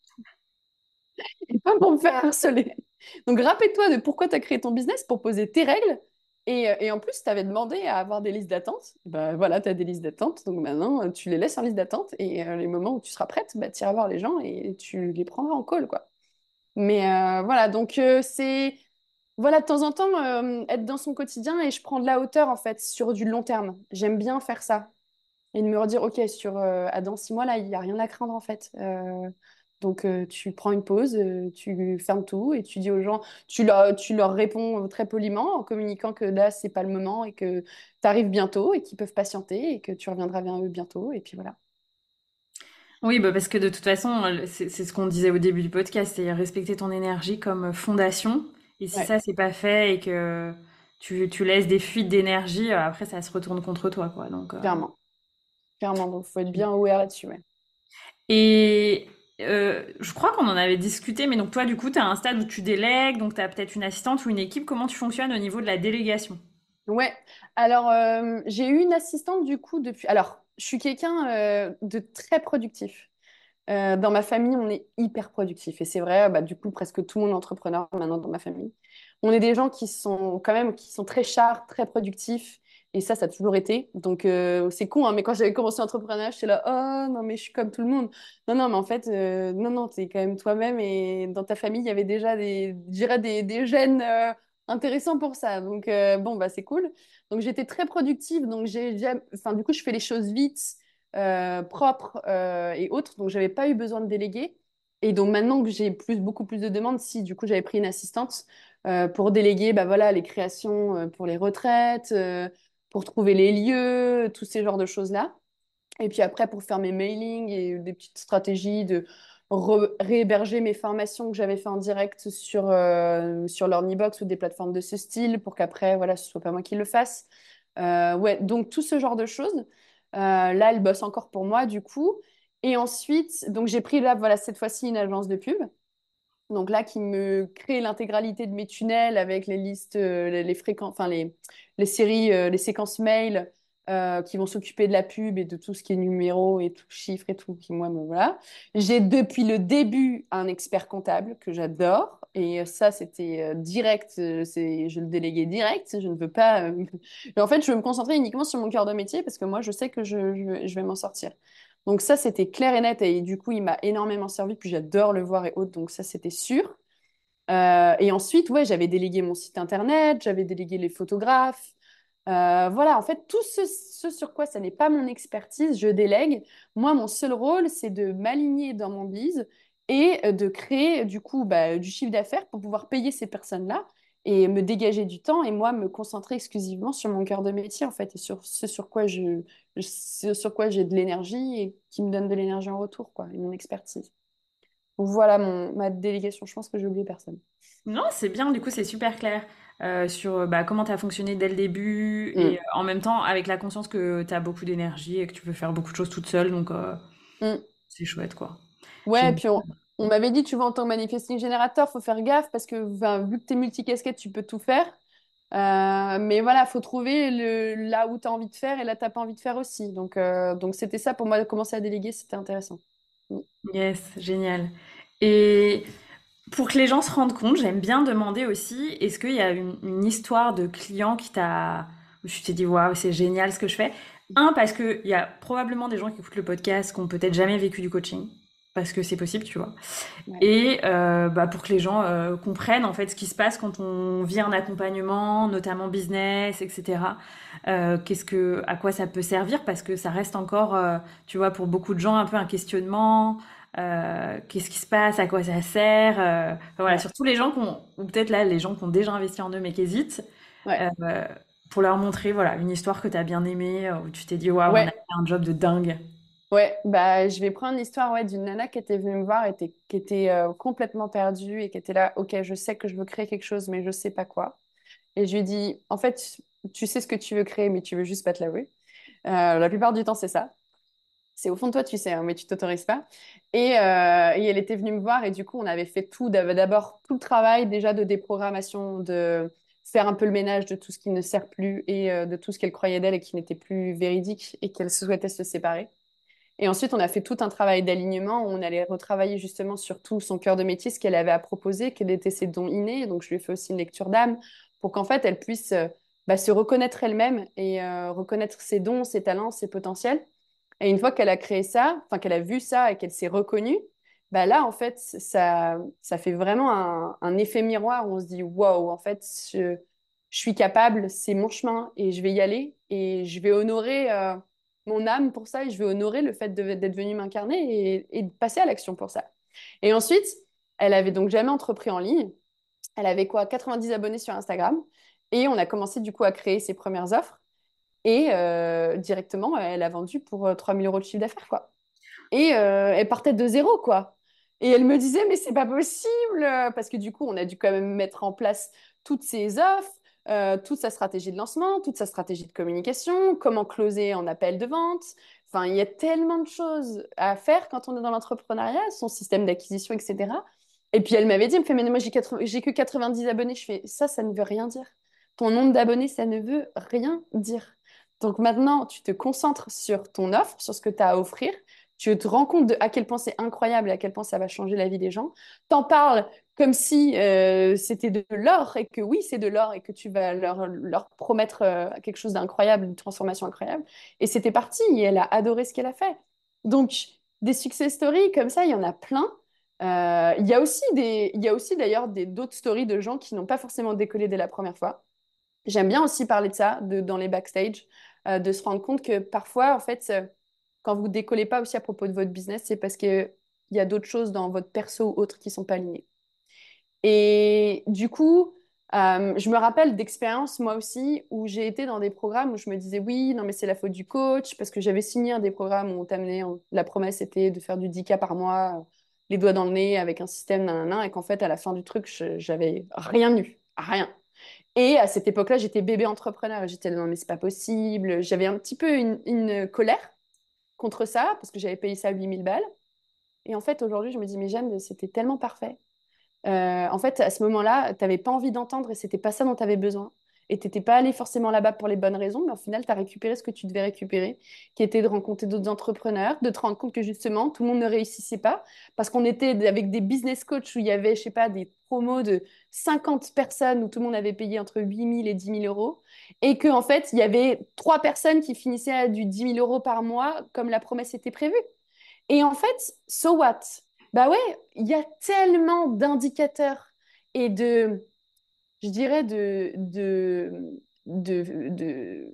et pas pour me faire harceler. Donc rappelle-toi de pourquoi tu as créé ton business, pour poser tes règles. Et en plus, tu avais demandé à avoir des listes d'attente. Bah voilà, tu as des listes d'attente. Donc maintenant, tu les laisses en liste d'attente. Et les moments où tu seras prête, bah, tu iras voir les gens et tu les prendras en call, quoi. Mais voilà, donc c'est voilà, de temps en temps, être dans son quotidien et je prends de la hauteur en fait sur du long terme. J'aime bien faire ça et de me redire, ok, dans 6 mois là, il n'y a rien à craindre en fait. Donc tu prends une pause, tu fermes tout et tu dis aux gens, tu leur réponds très poliment en communiquant que là, c'est pas le moment et que tu arrives bientôt et qu'ils peuvent patienter et que tu reviendras vers eux bientôt. Et puis voilà. Oui, bah parce que de toute façon, c'est ce qu'on disait au début du podcast, c'est respecter ton énergie comme fondation. Et si Ouais, ça, c'est pas fait et que tu laisses des fuites d'énergie, après, ça se retourne contre toi, quoi. Donc, clairement. Clairement, donc faut être bien aware là-dessus. Ouais. Et je crois qu'on en avait discuté, mais donc toi, du coup, tu as un stade où tu délègues, donc tu as peut-être une assistante ou une équipe. Comment tu fonctionnes au niveau de la délégation? Ouais, alors j'ai eu une assistante du coup depuis. Alors, je suis quelqu'un de très productif. Dans ma famille, on est hyper productif. Et c'est vrai, bah, du coup, presque tout le monde est entrepreneur maintenant dans ma famille. On est des gens qui sont quand même qui sont très chars, très productifs. Et ça a toujours été. Donc, c'est con, hein, mais quand j'avais commencé l'entrepreneuriat, j'étais là, oh non, mais je suis comme tout le monde. Non, non, mais en fait, non, non, t'es quand même toi-même. Et dans ta famille, il y avait déjà je dirais des gènes intéressants pour ça. Donc, bon, bah, c'est cool. Donc, j'étais très productive. Donc, enfin, du coup, je fais les choses vite, propres et autres. Donc, j'avais pas eu besoin de déléguer. Et donc, maintenant que j'ai beaucoup plus de demandes, si, du coup, j'avais pris une assistante pour déléguer bah, voilà, les créations pour les retraites. Pour trouver les lieux, tous ces genres de choses-là. Et puis après, pour faire mes mailings et des petites stratégies de réhéberger mes formations que j'avais fait en direct sur Learnybox ou des plateformes de ce style pour qu'après, voilà, ce soit pas moi qui le fasse. Ouais, donc tout ce genre de choses. Là, elle bosse encore pour moi, du coup. Et ensuite, donc j'ai pris là, voilà, cette fois-ci une agence de pub. Donc là, qui me crée l'intégralité de mes tunnels avec les listes, les fréquences, enfin les séries, les séquences mail qui vont s'occuper de la pub et de tout ce qui est numéro et tout, chiffres et tout, qui moi, me voilà. J'ai depuis le début un expert comptable que j'adore et ça, c'était direct, je le déléguais direct, je ne veux pas... Et en fait, je veux me concentrer uniquement sur mon cœur de métier parce que moi, je sais que je vais m'en sortir. Donc ça, c'était clair et net et du coup, il m'a énormément servi. Puis j'adore le voir et autres, donc ça, c'était sûr. Et ensuite, ouais, j'avais délégué mon site internet, j'avais délégué les photographes. Voilà, en fait, ce sur quoi ça n'est pas mon expertise, je délègue. Moi, mon seul rôle, c'est de m'aligner dans mon bise et de créer du coup bah, du chiffre d'affaires pour pouvoir payer ces personnes-là et me dégager du temps et moi me concentrer exclusivement sur mon cœur de métier en fait et sur ce sur quoi ce sur quoi j'ai de l'énergie et qui me donne de l'énergie en retour quoi et mon expertise. Donc voilà ma délégation. Je pense que j'ai oublié personne. Non, c'est bien, du coup, c'est super clair sur bah, comment tu as fonctionné dès le début et Mm. en même temps avec la conscience que tu as beaucoup d'énergie et que tu peux faire beaucoup de choses toute seule, donc Mm. c'est chouette, quoi. Ouais, J'ai... puis on m'avait dit, tu vois, en tant que manifesting générateur, faut faire gaffe parce que enfin, vu que tu es multicasquette, tu peux tout faire. Mais voilà, faut trouver là où tu as envie de faire et là, tu n'as pas envie de faire aussi. Donc c'était ça pour moi de commencer à déléguer, c'était intéressant. Mm. Yes, génial. Et pour que les gens se rendent compte, j'aime bien demander aussi, est-ce qu'il y a une histoire de client qui t'a... où tu t'es dit, waouh, c'est génial ce que je fais. Un, parce qu'il y a probablement des gens qui écoutent le podcast qui ont peut-être jamais vécu du coaching, parce que c'est possible, tu vois. Ouais. Et bah, pour que les gens comprennent en fait ce qui se passe quand on vit un accompagnement, notamment business, etc. À quoi ça peut servir parce que ça reste encore, tu vois, pour beaucoup de gens un peu un questionnement. Qu'est-ce qui se passe, à quoi ça sert, enfin, voilà, Ouais. surtout les gens ou peut-être là les gens qui ont déjà investi en eux mais qui hésitent, Ouais. euh, pour leur montrer voilà une histoire que tu as bien aimée, où tu t'es dit waouh on a Ouais. fait un job de dingue. Ouais, bah, je vais prendre l'histoire ouais, d'une nana qui était venue me voir, qui était complètement perdue et qui était là, ok, je sais que je veux créer quelque chose, mais je sais pas quoi. Et je lui ai dit, en fait, tu sais ce que tu veux créer, mais tu veux juste pas te l'avouer. La plupart du temps, c'est ça. C'est au fond de toi, tu sais, hein, mais tu t'autorises pas. Et elle était venue me voir et du coup, on avait fait d'abord tout le travail déjà de déprogrammation, de faire un peu le ménage de tout ce qui ne sert plus et de tout ce qu'elle croyait d'elle et qui n'était plus véridique et qu'elle souhaitait se séparer. Et ensuite, on a fait tout un travail d'alignement où on allait retravailler justement sur tout son cœur de métier, ce qu'elle avait à proposer, quels étaient ses dons innés. Donc, je lui ai fait aussi une lecture d'âme pour qu'en fait, elle puisse bah, se reconnaître elle-même et reconnaître ses dons, ses talents, ses potentiels. Et une fois qu'elle a créé ça, enfin qu'elle a vu ça et qu'elle s'est reconnue, bah là, en fait, ça fait vraiment un effet miroir où on se dit, waouh, en fait, je suis capable, c'est mon chemin et je vais y aller et je vais honorer mon âme pour ça et je vais honorer le fait d'être venue m'incarner et de passer à l'action pour ça. Et ensuite, elle avait donc jamais entrepris en ligne. Elle avait quoi, 90 abonnés sur Instagram et on a commencé du coup à créer ses premières offres. Et directement, elle a vendu pour 3 000 euros de chiffre d'affaires, quoi. Et elle partait de zéro, quoi. Et elle me disait, mais c'est pas possible, parce que du coup, on a dû quand même mettre en place toutes ses offres, toute sa stratégie de lancement, toute sa stratégie de communication, comment closer en appel de vente. Enfin, il y a tellement de choses à faire quand on est dans l'entrepreneuriat, son système d'acquisition, etc. Et puis elle m'avait dit, elle me fait, mais moi j'ai que 90 abonnés. Je fais, ça ne veut rien dire. Ton nombre d'abonnés, ça ne veut rien dire. Donc maintenant, tu te concentres sur ton offre, sur ce que tu as à offrir. Tu te rends compte de à quel point c'est incroyable et à quel point ça va changer la vie des gens. T'en parles comme si c'était de l'or et que oui, c'est de l'or et que tu vas leur promettre quelque chose d'incroyable, une transformation incroyable. Et c'était parti et elle a adoré ce qu'elle a fait. Donc, des success stories comme ça, il y en a plein. Il y a aussi d'ailleurs d'autres stories de gens qui n'ont pas forcément décollé dès la première fois. J'aime bien aussi parler de ça dans les backstage, de se rendre compte que parfois, en fait, quand vous décollez pas aussi à propos de votre business, c'est parce qu'il y a d'autres choses dans votre perso ou autres qui sont pas alignées. Et du coup, je me rappelle d'expériences, moi aussi, où j'ai été dans des programmes où je me disais, oui, non, mais c'est la faute du coach, parce que j'avais signé un des programmes où on t'amenait, la promesse était de faire du 10K par mois, les doigts dans le nez, avec un système, nanana, et qu'en fait, à la fin du truc, j'avais rien eu, rien. Et à cette époque-là, j'étais bébé entrepreneur, et j'étais, non, mais c'est pas possible. J'avais un petit peu une colère contre ça, parce que j'avais payé ça 8 000 balles. Et en fait, aujourd'hui, je me dis, mais Jeanne, c'était tellement parfait. En fait, à ce moment-là, tu n'avais pas envie d'entendre et c'était pas ça dont tu avais besoin. Et tu n'étais pas allé forcément là-bas pour les bonnes raisons, mais au final, tu as récupéré ce que tu devais récupérer, qui était de rencontrer d'autres entrepreneurs, de te rendre compte que justement, tout le monde ne réussissait pas, parce qu'on était avec des business coachs où il y avait, je sais pas, des promos de 50 personnes où tout le monde avait payé entre 8 000 et 10 000 euros, et qu'en fait, il y avait 3 personnes qui finissaient à du 10 000 euros par mois, comme la promesse était prévue. Et en fait, so what? Bah ouais, il y a tellement d'indicateurs et je dirais, de, de,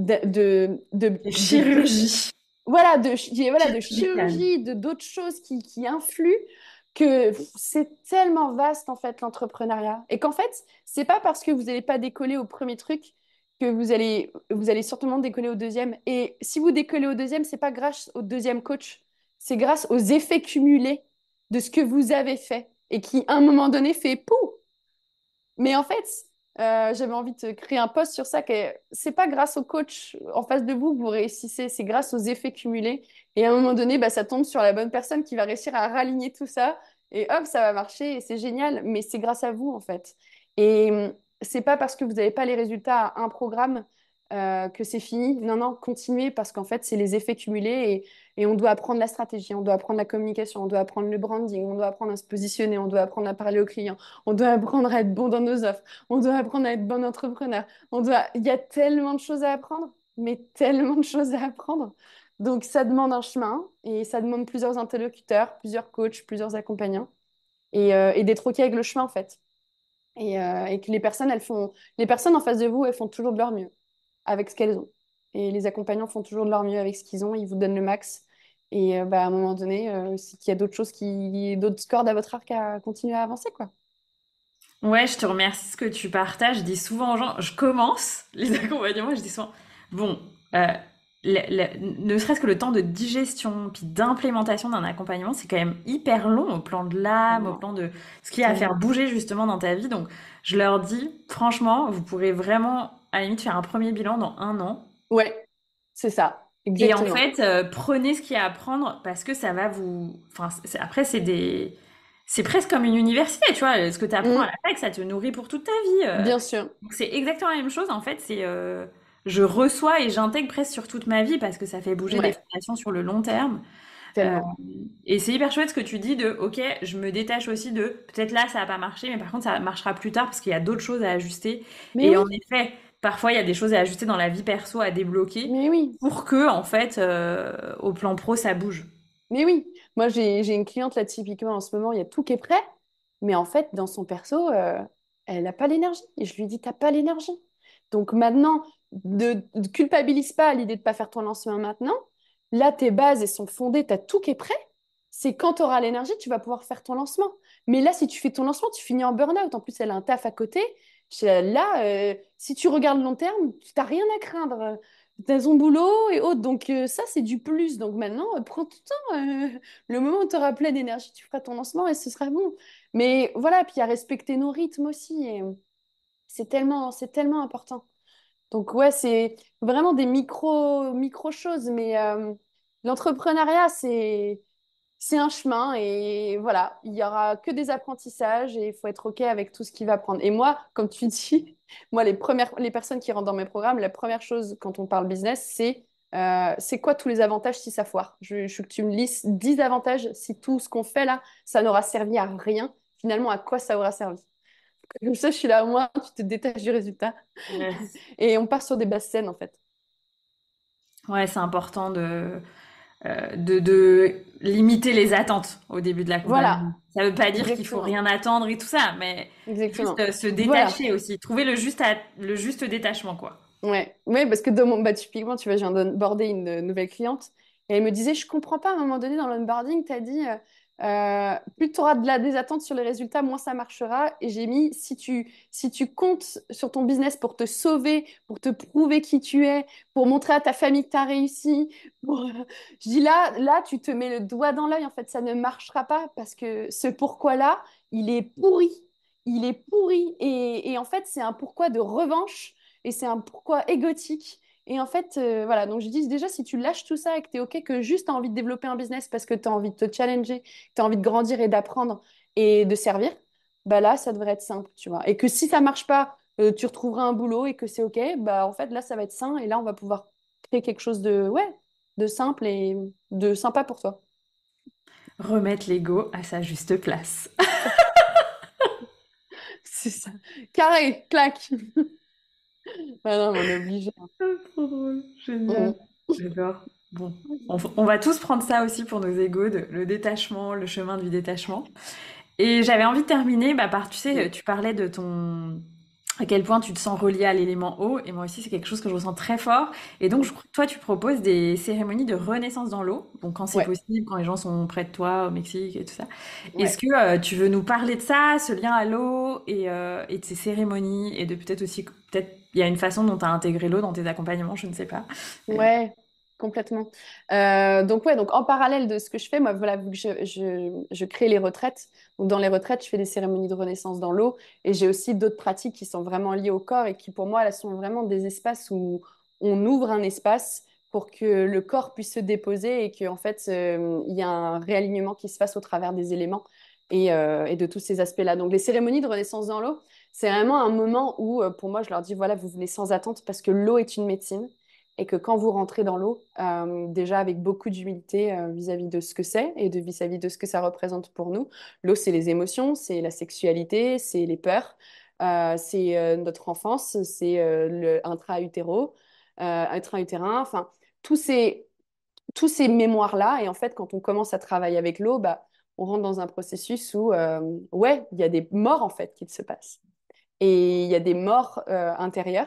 De chirurgie voilà, voilà, de chirurgicale. chirurgie, d'autres choses qui influent, que c'est tellement vaste, en fait, l'entrepreneuriat. Et qu'en fait, c'est pas parce que vous n'allez pas décoller au premier truc que vous allez certainement décoller au deuxième. Et si vous décollez au deuxième, c'est pas grâce au deuxième coach, c'est grâce aux effets cumulés de ce que vous avez fait et qui, à un moment donné, fait pouh! Mais en fait, j'avais envie de créer un post sur ça, que c'est pas grâce au coach en face de vous que vous réussissez, c'est grâce aux effets cumulés. Et à un moment donné, bah, ça tombe sur la bonne personne qui va réussir à raligner tout ça. Et hop, ça va marcher et c'est génial. Mais c'est grâce à vous, en fait. Et c'est pas parce que vous n'avez pas les résultats à un programme que c'est fini. Non, non, continuez parce qu'en fait, c'est les effets cumulés et on doit apprendre la stratégie, on doit apprendre la communication, on doit apprendre le branding, on doit apprendre à se positionner, on doit apprendre à parler aux clients. On doit apprendre à être bon dans nos offres. On doit apprendre à être bon entrepreneur. Il y a tellement de choses à apprendre, mais tellement de choses à apprendre. Donc, ça demande un chemin et ça demande plusieurs interlocuteurs, plusieurs coachs, plusieurs accompagnants et d'être OK avec le chemin, en fait. Et que les personnes en face de vous, elles font toujours de leur mieux avec ce qu'elles ont. Et les accompagnants font toujours de leur mieux avec ce qu'ils ont. Ils vous donnent le max. Et bah, à un moment donné, c'est qu'il y a d'autres cordes à votre arc à continuer à avancer, quoi. Ouais, je te remercie ce que tu partages. Je dis souvent aux gens, je commence les accompagnements, je dis souvent, bon, euh, ne serait-ce que le temps de digestion puis d'implémentation d'un accompagnement, c'est quand même hyper long au plan de l'âme, au Tellement, plan de ce qui a à faire tellement. bouger justement dans ta vie. Donc, je leur dis, franchement, vous pourrez vraiment, à la limite, faire un premier bilan dans 1 an. Ouais, c'est ça, Et en exactement. fait, prenez ce qu'il y a à prendre parce que ça va vous. Enfin, après, c'est presque comme une université, tu vois. Ce que tu apprends à Mm, la fac, ça te nourrit pour toute ta vie. bien sûr. Donc c'est exactement la même chose. En fait, je reçois et j'intègre presque sur toute ma vie parce que ça fait bouger des Ouais, fondations sur le long terme. Euh, tellement. et c'est hyper chouette ce que tu dis de, ok, je me détache aussi de, peut-être là ça va pas marcher, mais par contre ça marchera plus tard parce qu'il y a d'autres choses à ajuster. Mais Et oui, en effet, parfois il y a des choses à ajuster dans la vie perso à débloquer mais oui, pour que, en fait, au plan pro, ça bouge. mais oui. Moi, j'ai une cliente là, typiquement, en ce moment, il y a tout qui est prêt. Mais en fait, dans son perso, elle n'a pas l'énergie. Et je lui dis, t'as pas l'énergie. Donc maintenant, ne culpabilise pas à l'idée de pas faire ton lancement maintenant. Là, tes bases, elles sont fondées, tu as tout qui est prêt. C'est quand tu auras l'énergie, tu vas pouvoir faire ton lancement. Mais là, si tu fais ton lancement, tu finis en burn-out. En plus, elle a un taf à côté. Là, si tu regardes long terme, tu n'as rien à craindre. Tu as son boulot et autres. Donc, ça, c'est du plus. Donc maintenant, prends tout le temps. Le moment où tu auras plein d'énergie, tu feras ton lancement et ce sera bon. Mais voilà, puis à respecter nos rythmes aussi. Et c'est tellement important. Donc ouais, c'est vraiment des micro choses, mais l'entrepreneuriat, c'est un chemin et voilà, il y aura que des apprentissages et il faut être OK avec tout ce qu'il va prendre. Et moi, comme tu dis, moi, les personnes qui rentrent dans mes programmes, la première chose quand on parle business, c'est quoi tous les avantages si ça foire? Je veux que tu me listes 10 avantages si tout ce qu'on fait là, ça n'aura servi à rien. finalement, à quoi ça aura servi? Comme ça, je suis là, au moins, tu te détaches du résultat. Yes. Et on part sur des basses scènes, en fait. Ouais, c'est important de limiter les attentes au début de Voilà, l'accompagnement. Ça veut pas dire qu'il faut exactement. rien attendre et tout ça, mais juste Exactement. se Voilà. détacher aussi, trouver le juste détachement, quoi. Ouais, ouais, parce que dans mon, bah, typiquement, tu vois, j'ai onboardé une nouvelle cliente et elle me disait, je comprends pas, à un moment donné, dans l'onboarding, tu as dit, plus tu auras des attentes sur les résultats, moins ça marchera. Et j'ai mis, si tu comptes sur ton business pour te sauver, pour te prouver qui tu es, pour montrer à ta famille que tu as réussi, je dis là, tu te mets le doigt dans l'œil, en fait, ça ne marchera pas parce que ce pourquoi-là, il est pourri. Il est pourri. Et en fait, c'est un pourquoi de revanche et c'est un pourquoi égotique. Et en fait, voilà, donc je dis déjà, si tu lâches tout ça et que tu es OK, que juste tu as envie de développer un business parce que tu as envie de te challenger, que tu as envie de grandir et d'apprendre et de servir, bah là, ça devrait être simple, tu vois. Et que si ça marche pas, tu retrouveras un boulot et que c'est OK, bah en fait, là, ça va être sain et là, on va pouvoir créer quelque chose de, ouais, de simple et de sympa pour toi. Remettre l'ego à sa juste place. C'est ça. Carré, clac. Ah non, mais on est obligé. Trop drôle, génial. Mm. J'adore. Bon, on va tous prendre ça aussi pour nos égos, le détachement, le chemin du détachement. Et j'avais envie de terminer bah, par, tu sais, tu parlais de ton... à quel point tu te sens relié à l'élément eau, et moi aussi c'est quelque chose que je ressens très fort. Et donc, toi, tu proposes des cérémonies de renaissance dans l'eau, donc quand c'est Ouais, possible, quand les gens sont près de toi, au Mexique et tout ça. Est-ce ouais. que tu veux nous parler de ça, ce lien à l'eau, et de ces cérémonies, et de peut-être aussi, peut-être il y a une façon dont tu as intégré l'eau dans tes accompagnements, je ne sais pas. Mais, Ouais, complètement. Donc ouais, donc en parallèle de ce que je fais, moi voilà, vu que je crée les retraites, donc dans les retraites, je fais des cérémonies de renaissance dans l'eau et j'ai aussi d'autres pratiques qui sont vraiment liées au corps et qui pour moi, elles sont vraiment des espaces où on ouvre un espace pour que le corps puisse se déposer et qu'en fait, il y a un réalignement qui se fasse au travers des éléments et de tous ces aspects-là. Donc les cérémonies de renaissance dans l'eau, c'est vraiment un moment où pour moi, je leur dis, voilà, vous venez sans attente parce que l'eau est une médecine et que quand vous rentrez dans l'eau, déjà avec beaucoup d'humilité vis-à-vis de ce que c'est et vis-à-vis de ce que ça représente pour nous. L'eau, c'est les émotions, c'est la sexualité, c'est les peurs, c'est notre enfance, c'est le intra-utéro, intra-utérin, enfin, tous ces, tous ces mémoires-là. Et en fait, quand on commence à travailler avec l'eau, bah, on rentre dans un processus où, ouais, il y a des morts en fait qui se passent. Et il y a des morts intérieures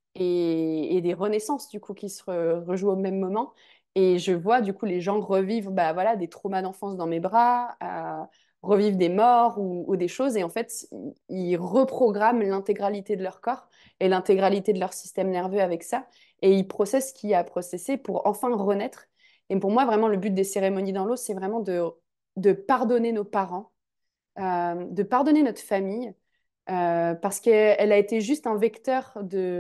et des renaissances du coup qui se rejouent au même moment. Et je vois du coup les gens revivre bah, voilà, des traumas d'enfance dans mes bras, revivre des morts ou des choses. Et en fait, ils reprogramment l'intégralité de leur corps et l'intégralité de leur système nerveux avec ça. Et ils processent ce qu'il y a à processer pour enfin renaître. Et pour moi, vraiment, le but des cérémonies dans l'eau, c'est vraiment de pardonner nos parents, de pardonner notre famille parce qu'elle a été juste un vecteur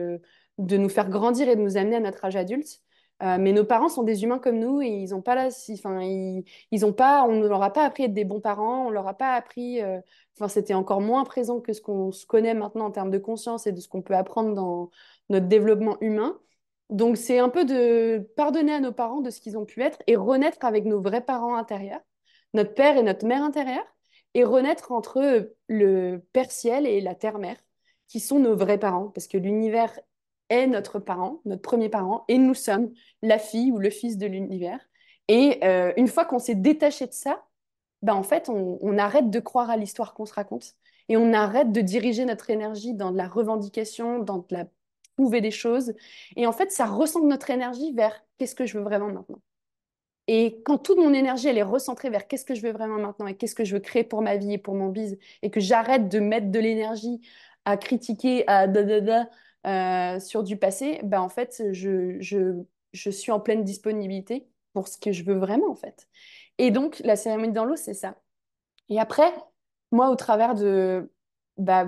de nous faire grandir et de nous amener à notre âge adulte. Mais nos parents sont des humains comme nous et ils ont pas enfin, ils ont pas, on ne leur a pas appris à être des bons parents, on leur a pas appris, enfin, c'était encore moins présent que ce qu'on se connaît maintenant en termes de conscience et de ce qu'on peut apprendre dans notre développement humain. Donc, c'est un peu de pardonner à nos parents de ce qu'ils ont pu être et renaître avec nos vrais parents intérieurs, notre père et notre mère intérieure et renaître entre le Père Ciel et la Terre-Mère, qui sont nos vrais parents, parce que l'univers est notre parent, notre premier parent, et nous sommes la fille ou le fils de l'univers. Et une fois qu'on s'est détaché de ça, ben en fait, on arrête de croire à l'histoire qu'on se raconte et on arrête de diriger notre énergie dans de la revendication, dans de la prouver des choses. Et en fait, ça recentre notre énergie vers qu'est-ce que je veux vraiment maintenant. Et quand toute mon énergie, elle est recentrée vers qu'est-ce que je veux vraiment maintenant et qu'est-ce que je veux créer pour ma vie et pour mon bise, et que j'arrête de mettre de l'énergie à critiquer, à sur du passé, ben en fait, je suis en pleine disponibilité pour ce que je veux vraiment, en fait. Et donc, la cérémonie dans l'eau, c'est ça. Et après, moi, au travers de bah,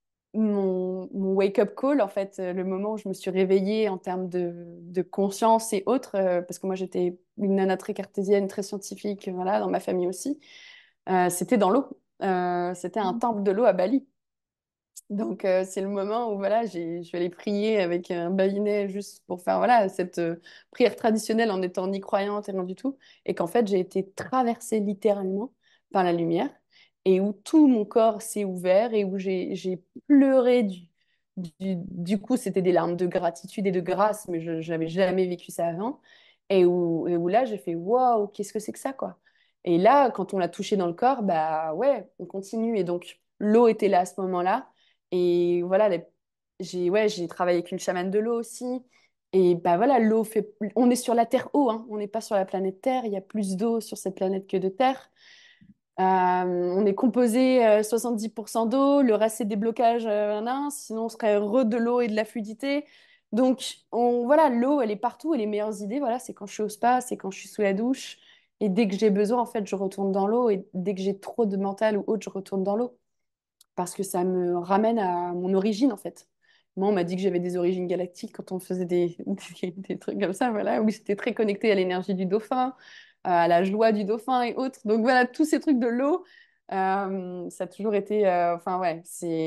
mon wake-up call, en fait, le moment où je me suis réveillée en termes de conscience et autres, parce que moi j'étais une nana très cartésienne, très scientifique, voilà, dans ma famille aussi, c'était dans l'eau. C'était un temple de l'eau à Bali. Donc c'est le moment où voilà, je vais aller prier avec un balinet juste pour faire voilà, cette prière traditionnelle en étant ni croyante et rien du tout. Et qu'en fait j'ai été traversée littéralement par la lumière. et où tout mon corps s'est ouvert et où j'ai pleuré du coup, c'était des larmes de gratitude et de grâce, mais je n'avais jamais vécu ça avant. Et où là, j'ai fait waouh, qu'est-ce que c'est que ça, quoi. Et là, quand on l'a touché dans le corps, bah ouais, on continue. Et donc, l'eau était là à ce moment-là. Et voilà, j'ai travaillé avec une chamane de l'eau aussi. Et bah voilà, l'eau fait. On est sur la Terre eau, hein. On n'est pas sur la planète Terre. Il y a plus d'eau sur cette planète que de terre. On est composé 70% d'eau, le reste c'est des blocages, sinon on serait de l'eau et de la fluidité. Donc voilà, l'eau elle est partout et les meilleures idées, voilà, c'est quand je suis au spa, c'est quand je suis sous la douche. Et dès que j'ai besoin, en fait, je retourne dans l'eau. Et dès que j'ai trop de mental ou autre, je retourne dans l'eau. Parce que ça me ramène à mon origine, en fait. Moi, on m'a dit que j'avais des origines galactiques quand on faisait des trucs comme ça, voilà, où j'étais très connectée à l'énergie du dauphin, à la joie du dauphin et autres. Donc voilà, tous ces trucs de l'eau, ça a toujours été. Enfin, ouais,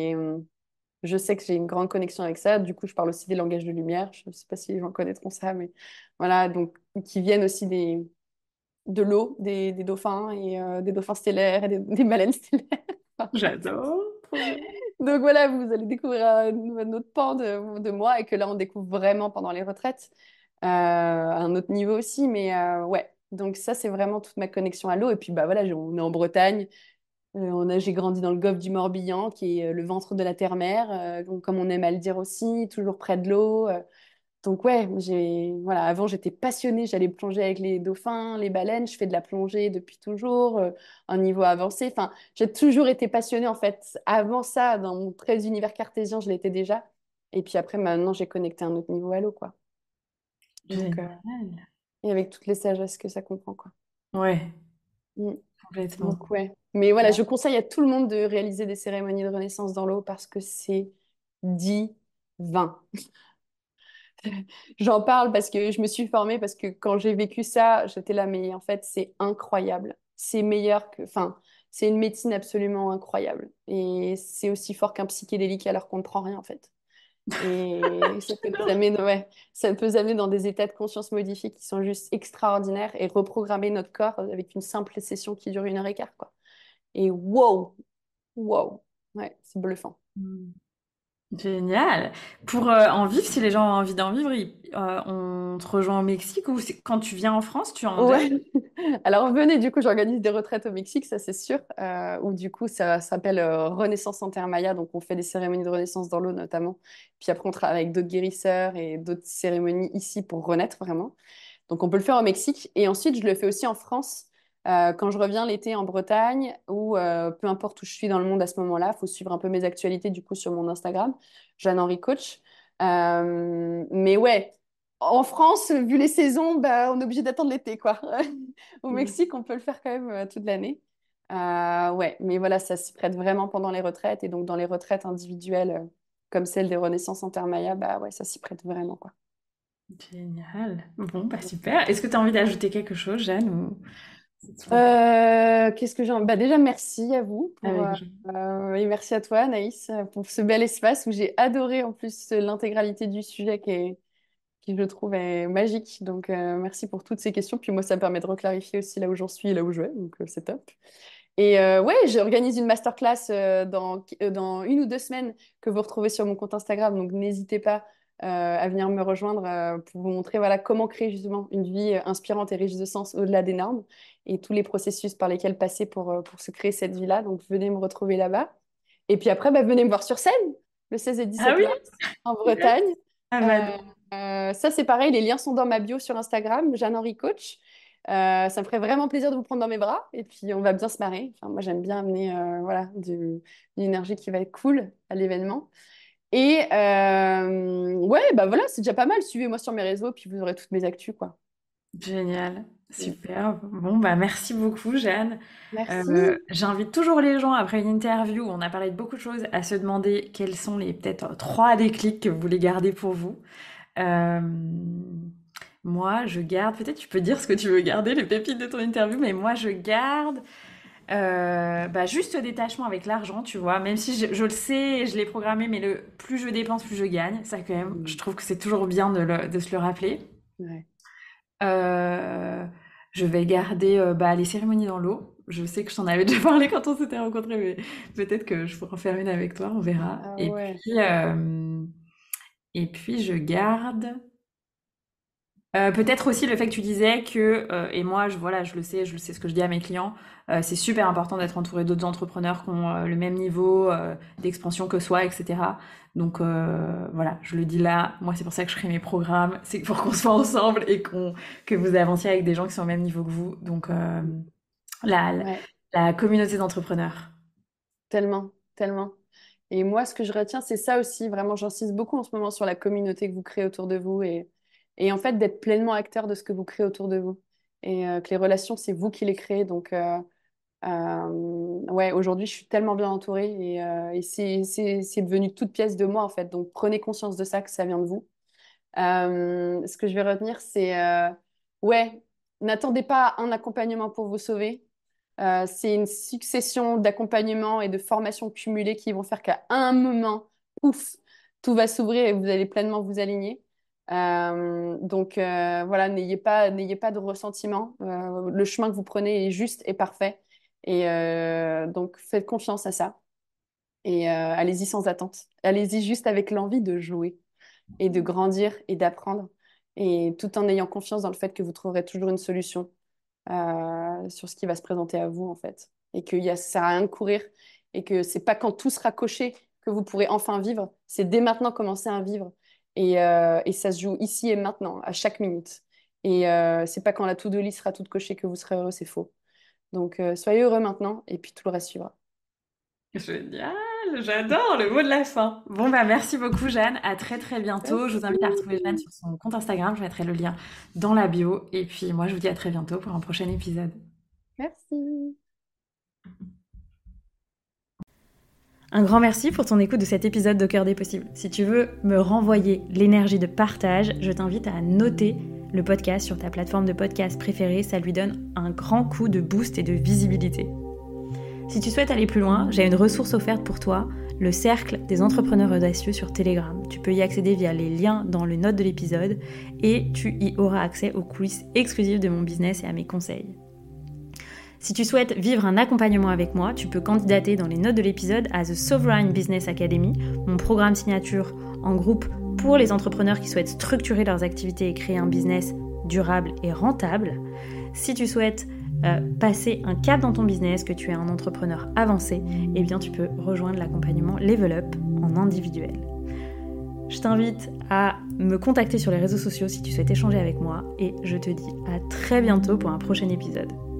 je sais que j'ai une grande connexion avec ça. Du coup, je parle aussi des langages de lumière. Je ne sais pas si les gens connaîtront ça, mais voilà, donc qui viennent aussi de l'eau, des dauphins et des dauphins stellaires et des baleines stellaires. J'adore. Trop bien. Donc voilà, vous allez découvrir un autre pan de moi et que là, on découvre vraiment pendant les retraites, à un autre niveau aussi. Mais ouais, donc ça, c'est vraiment toute ma connexion à l'eau. Et puis bah voilà, on est en Bretagne. J'ai grandi dans le golfe du Morbihan, qui est le ventre de la terre-mère, donc comme on aime à le dire aussi, toujours près de l'eau. Donc ouais, voilà, avant j'étais passionnée, j'allais plonger avec les dauphins, les baleines, je fais de la plongée depuis toujours, un niveau avancé. Enfin, j'ai toujours été passionnée en fait. Avant ça, dans mon très univers cartésien, je l'étais déjà. Et puis après, maintenant, j'ai connecté un autre niveau à l'eau, quoi. Donc, Génial. et avec toutes les sagesses que ça comprend, quoi. Ouais, Mm. complètement. Donc ouais. Mais voilà, je conseille à tout le monde de réaliser des cérémonies de renaissance dans l'eau parce que c'est divin. J'en parle parce que je me suis formée, parce que quand j'ai vécu ça, j'étais là, mais en fait, c'est incroyable. C'est meilleur que... Enfin, c'est une médecine absolument incroyable. Et c'est aussi fort qu'un psychédélique alors qu'on ne prend rien, en fait. Et ça peut nous amener, ouais, ça peut nous amener dans des états de conscience modifiés qui sont juste extraordinaires et reprogrammer notre corps avec une simple session qui dure 1 heure et quart, quoi. Et wow, wow. Ouais, c'est bluffant. Mm. Génial. Pour en vivre, si les gens ont envie d'en vivre, on te rejoint au Mexique ou quand tu viens en France, tu en donnes? Ouais. Alors venez, du coup, j'organise des retraites au Mexique, ça c'est sûr, où du coup ça s'appelle Renaissance en Terre Maya, donc on fait des cérémonies de renaissance dans l'eau notamment. Puis après on travaille avec d'autres guérisseurs et d'autres cérémonies ici pour renaître vraiment. Donc on peut le faire au Mexique et ensuite je le fais aussi en France quand je reviens l'été en Bretagne ou peu importe où je suis dans le monde à ce moment-là. Il faut suivre un peu mes actualités du coup sur mon Instagram, Jeanne-Henri Coach. Mais ouais. En France, vu les saisons, bah, on est obligé d'attendre l'été, quoi. Au Mm. Mexique, on peut le faire quand même toute l'année. Ouais, mais voilà, ça s'y prête vraiment pendant les retraites. Et donc, dans les retraites individuelles, comme celle des Renaissances en Terre Maya, bah ouais, ça s'y prête vraiment, quoi. Génial. Bon, bah super. Est-ce que tu as envie d'ajouter quelque chose, Jeanne, ou c'est bon. Qu'est-ce que j'ai... Bah, déjà, merci à vous Avec joie. et merci à toi, Anaïs, pour ce bel espace où j'ai adoré en plus l'intégralité du sujet qui je trouve est magique. Donc, merci pour toutes ces questions. Puis moi, ça me permet de reclarifier aussi là où j'en suis et là où je vais. Donc, c'est top. Et ouais, j'organise une masterclass dans 1 ou 2 semaines que vous retrouvez sur mon compte Instagram. Donc, n'hésitez pas à venir me rejoindre pour vous montrer voilà, comment créer justement une vie inspirante et riche de sens au-delà des normes et tous les processus par lesquels passer pour se créer cette vie-là. Donc, venez me retrouver là-bas. Et puis après, bah, venez me voir sur scène le 16 et Ah 17 oui? mars en Bretagne. Ah bah Euh, Ça, c'est pareil, les liens sont dans ma bio sur Instagram, Jeanne-Henri Coach. Ça me ferait vraiment plaisir de vous prendre dans mes bras et puis on va bien se marrer. Enfin, moi, j'aime bien amener voilà, une énergie qui va être cool à l'événement. Et ouais, bah voilà, c'est déjà pas mal. Suivez-moi sur mes réseaux puis vous aurez toutes mes actus, quoi. génial, super. Bon, bah merci beaucoup, Jeanne. Merci. J'invite toujours les gens, après une interview où on a parlé de beaucoup de choses, à se demander quels sont les peut-être trois déclics que vous voulez garder pour vous. Euh, Moi, je garde, peut-être tu peux dire ce que tu veux garder, les pépites de ton interview, mais moi, je garde bah, juste le détachement avec l'argent, tu vois. Même si je le sais, et je l'ai programmé, mais plus je dépense, plus je gagne. Ça, quand même, je Mm. trouve que c'est toujours bien de se le rappeler. Ouais. Euh, je vais garder bah, les cérémonies dans l'eau. Je sais que je t'en avais déjà parlé quand on s'était rencontrés, mais peut-être que je pourrais en faire une avec toi, on verra. Ah Et ouais. puis, je garde. Peut-être aussi le fait que tu disais que, et moi, voilà, je le sais ce que je dis à mes clients, c'est super important d'être entouré d'autres entrepreneurs qui ont le même niveau d'expansion que soi, etc. Donc voilà, je le dis là, moi c'est pour ça que je crée mes programmes, c'est pour qu'on soit ensemble et que vous avanciez avec des gens qui sont au même niveau que vous. Donc la, la Ouais, la communauté d'entrepreneurs. tellement, tellement. Et moi, ce que je retiens, c'est ça aussi. Vraiment, j'insiste beaucoup en ce moment sur la communauté que vous créez autour de vous et en fait d'être pleinement acteur de ce que vous créez autour de vous. Et que les relations, c'est vous qui les créez. Donc, ouais, aujourd'hui, je suis tellement bien entourée et c'est devenu toute pièce de moi, en fait. Donc, prenez conscience de ça, que ça vient de vous. Ce que je vais retenir, c'est, ouais, n'attendez pas un accompagnement pour vous sauver. C'est une succession d'accompagnements et de formations cumulées qui vont faire qu'à un moment, pouf, tout va s'ouvrir et vous allez pleinement vous aligner. Donc voilà, n'ayez pas de ressentiment. Le chemin que vous prenez est juste et parfait. Et donc faites confiance à ça. Et allez-y sans attente. Allez-y juste avec l'envie de jouer et de grandir et d'apprendre. Et tout en ayant confiance dans le fait que vous trouverez toujours une solution sur ce qui va se présenter à vous, en fait. Et ça sert à rien de courir et que c'est pas quand tout sera coché que vous pourrez enfin vivre. C'est dès maintenant commencer à vivre. Et ça se joue ici et maintenant, à chaque minute. Et c'est pas quand la to-do list sera toute cochée que vous serez heureux, c'est faux. Donc soyez heureux maintenant et puis tout le reste suivra. Génial, j'adore le mot de la fin. Bon bah merci beaucoup Jeanne, à très très bientôt. Je vous invite à Merci. retrouver Jeanne sur son compte Instagram, je mettrai le lien dans la bio. Et puis moi je vous dis à très bientôt pour un prochain épisode. Merci. Un grand merci pour ton écoute de cet épisode d'Au cœur des possibles. Si tu veux me renvoyer l'énergie de partage, je t'invite à noter le podcast sur ta plateforme de podcast préférée, ça lui donne un grand coup de boost et de visibilité. Si tu souhaites aller plus loin, j'ai une ressource offerte pour toi, le cercle des entrepreneurs audacieux sur Telegram. Tu peux y accéder via les liens dans les notes de l'épisode et tu y auras accès aux coulisses exclusives de mon business et à mes conseils. Si tu souhaites vivre un accompagnement avec moi, tu peux candidater dans les notes de l'épisode à The Sovereign Business Academy, mon programme signature en groupe pour les entrepreneurs qui souhaitent structurer leurs activités et créer un business durable et rentable. Si tu souhaites passer un cap dans ton business, que tu es un entrepreneur avancé, eh bien tu peux rejoindre l'accompagnement Level Up en individuel. Je t'invite à me contacter sur les réseaux sociaux si tu souhaites échanger avec moi et je te dis à très bientôt pour un prochain épisode.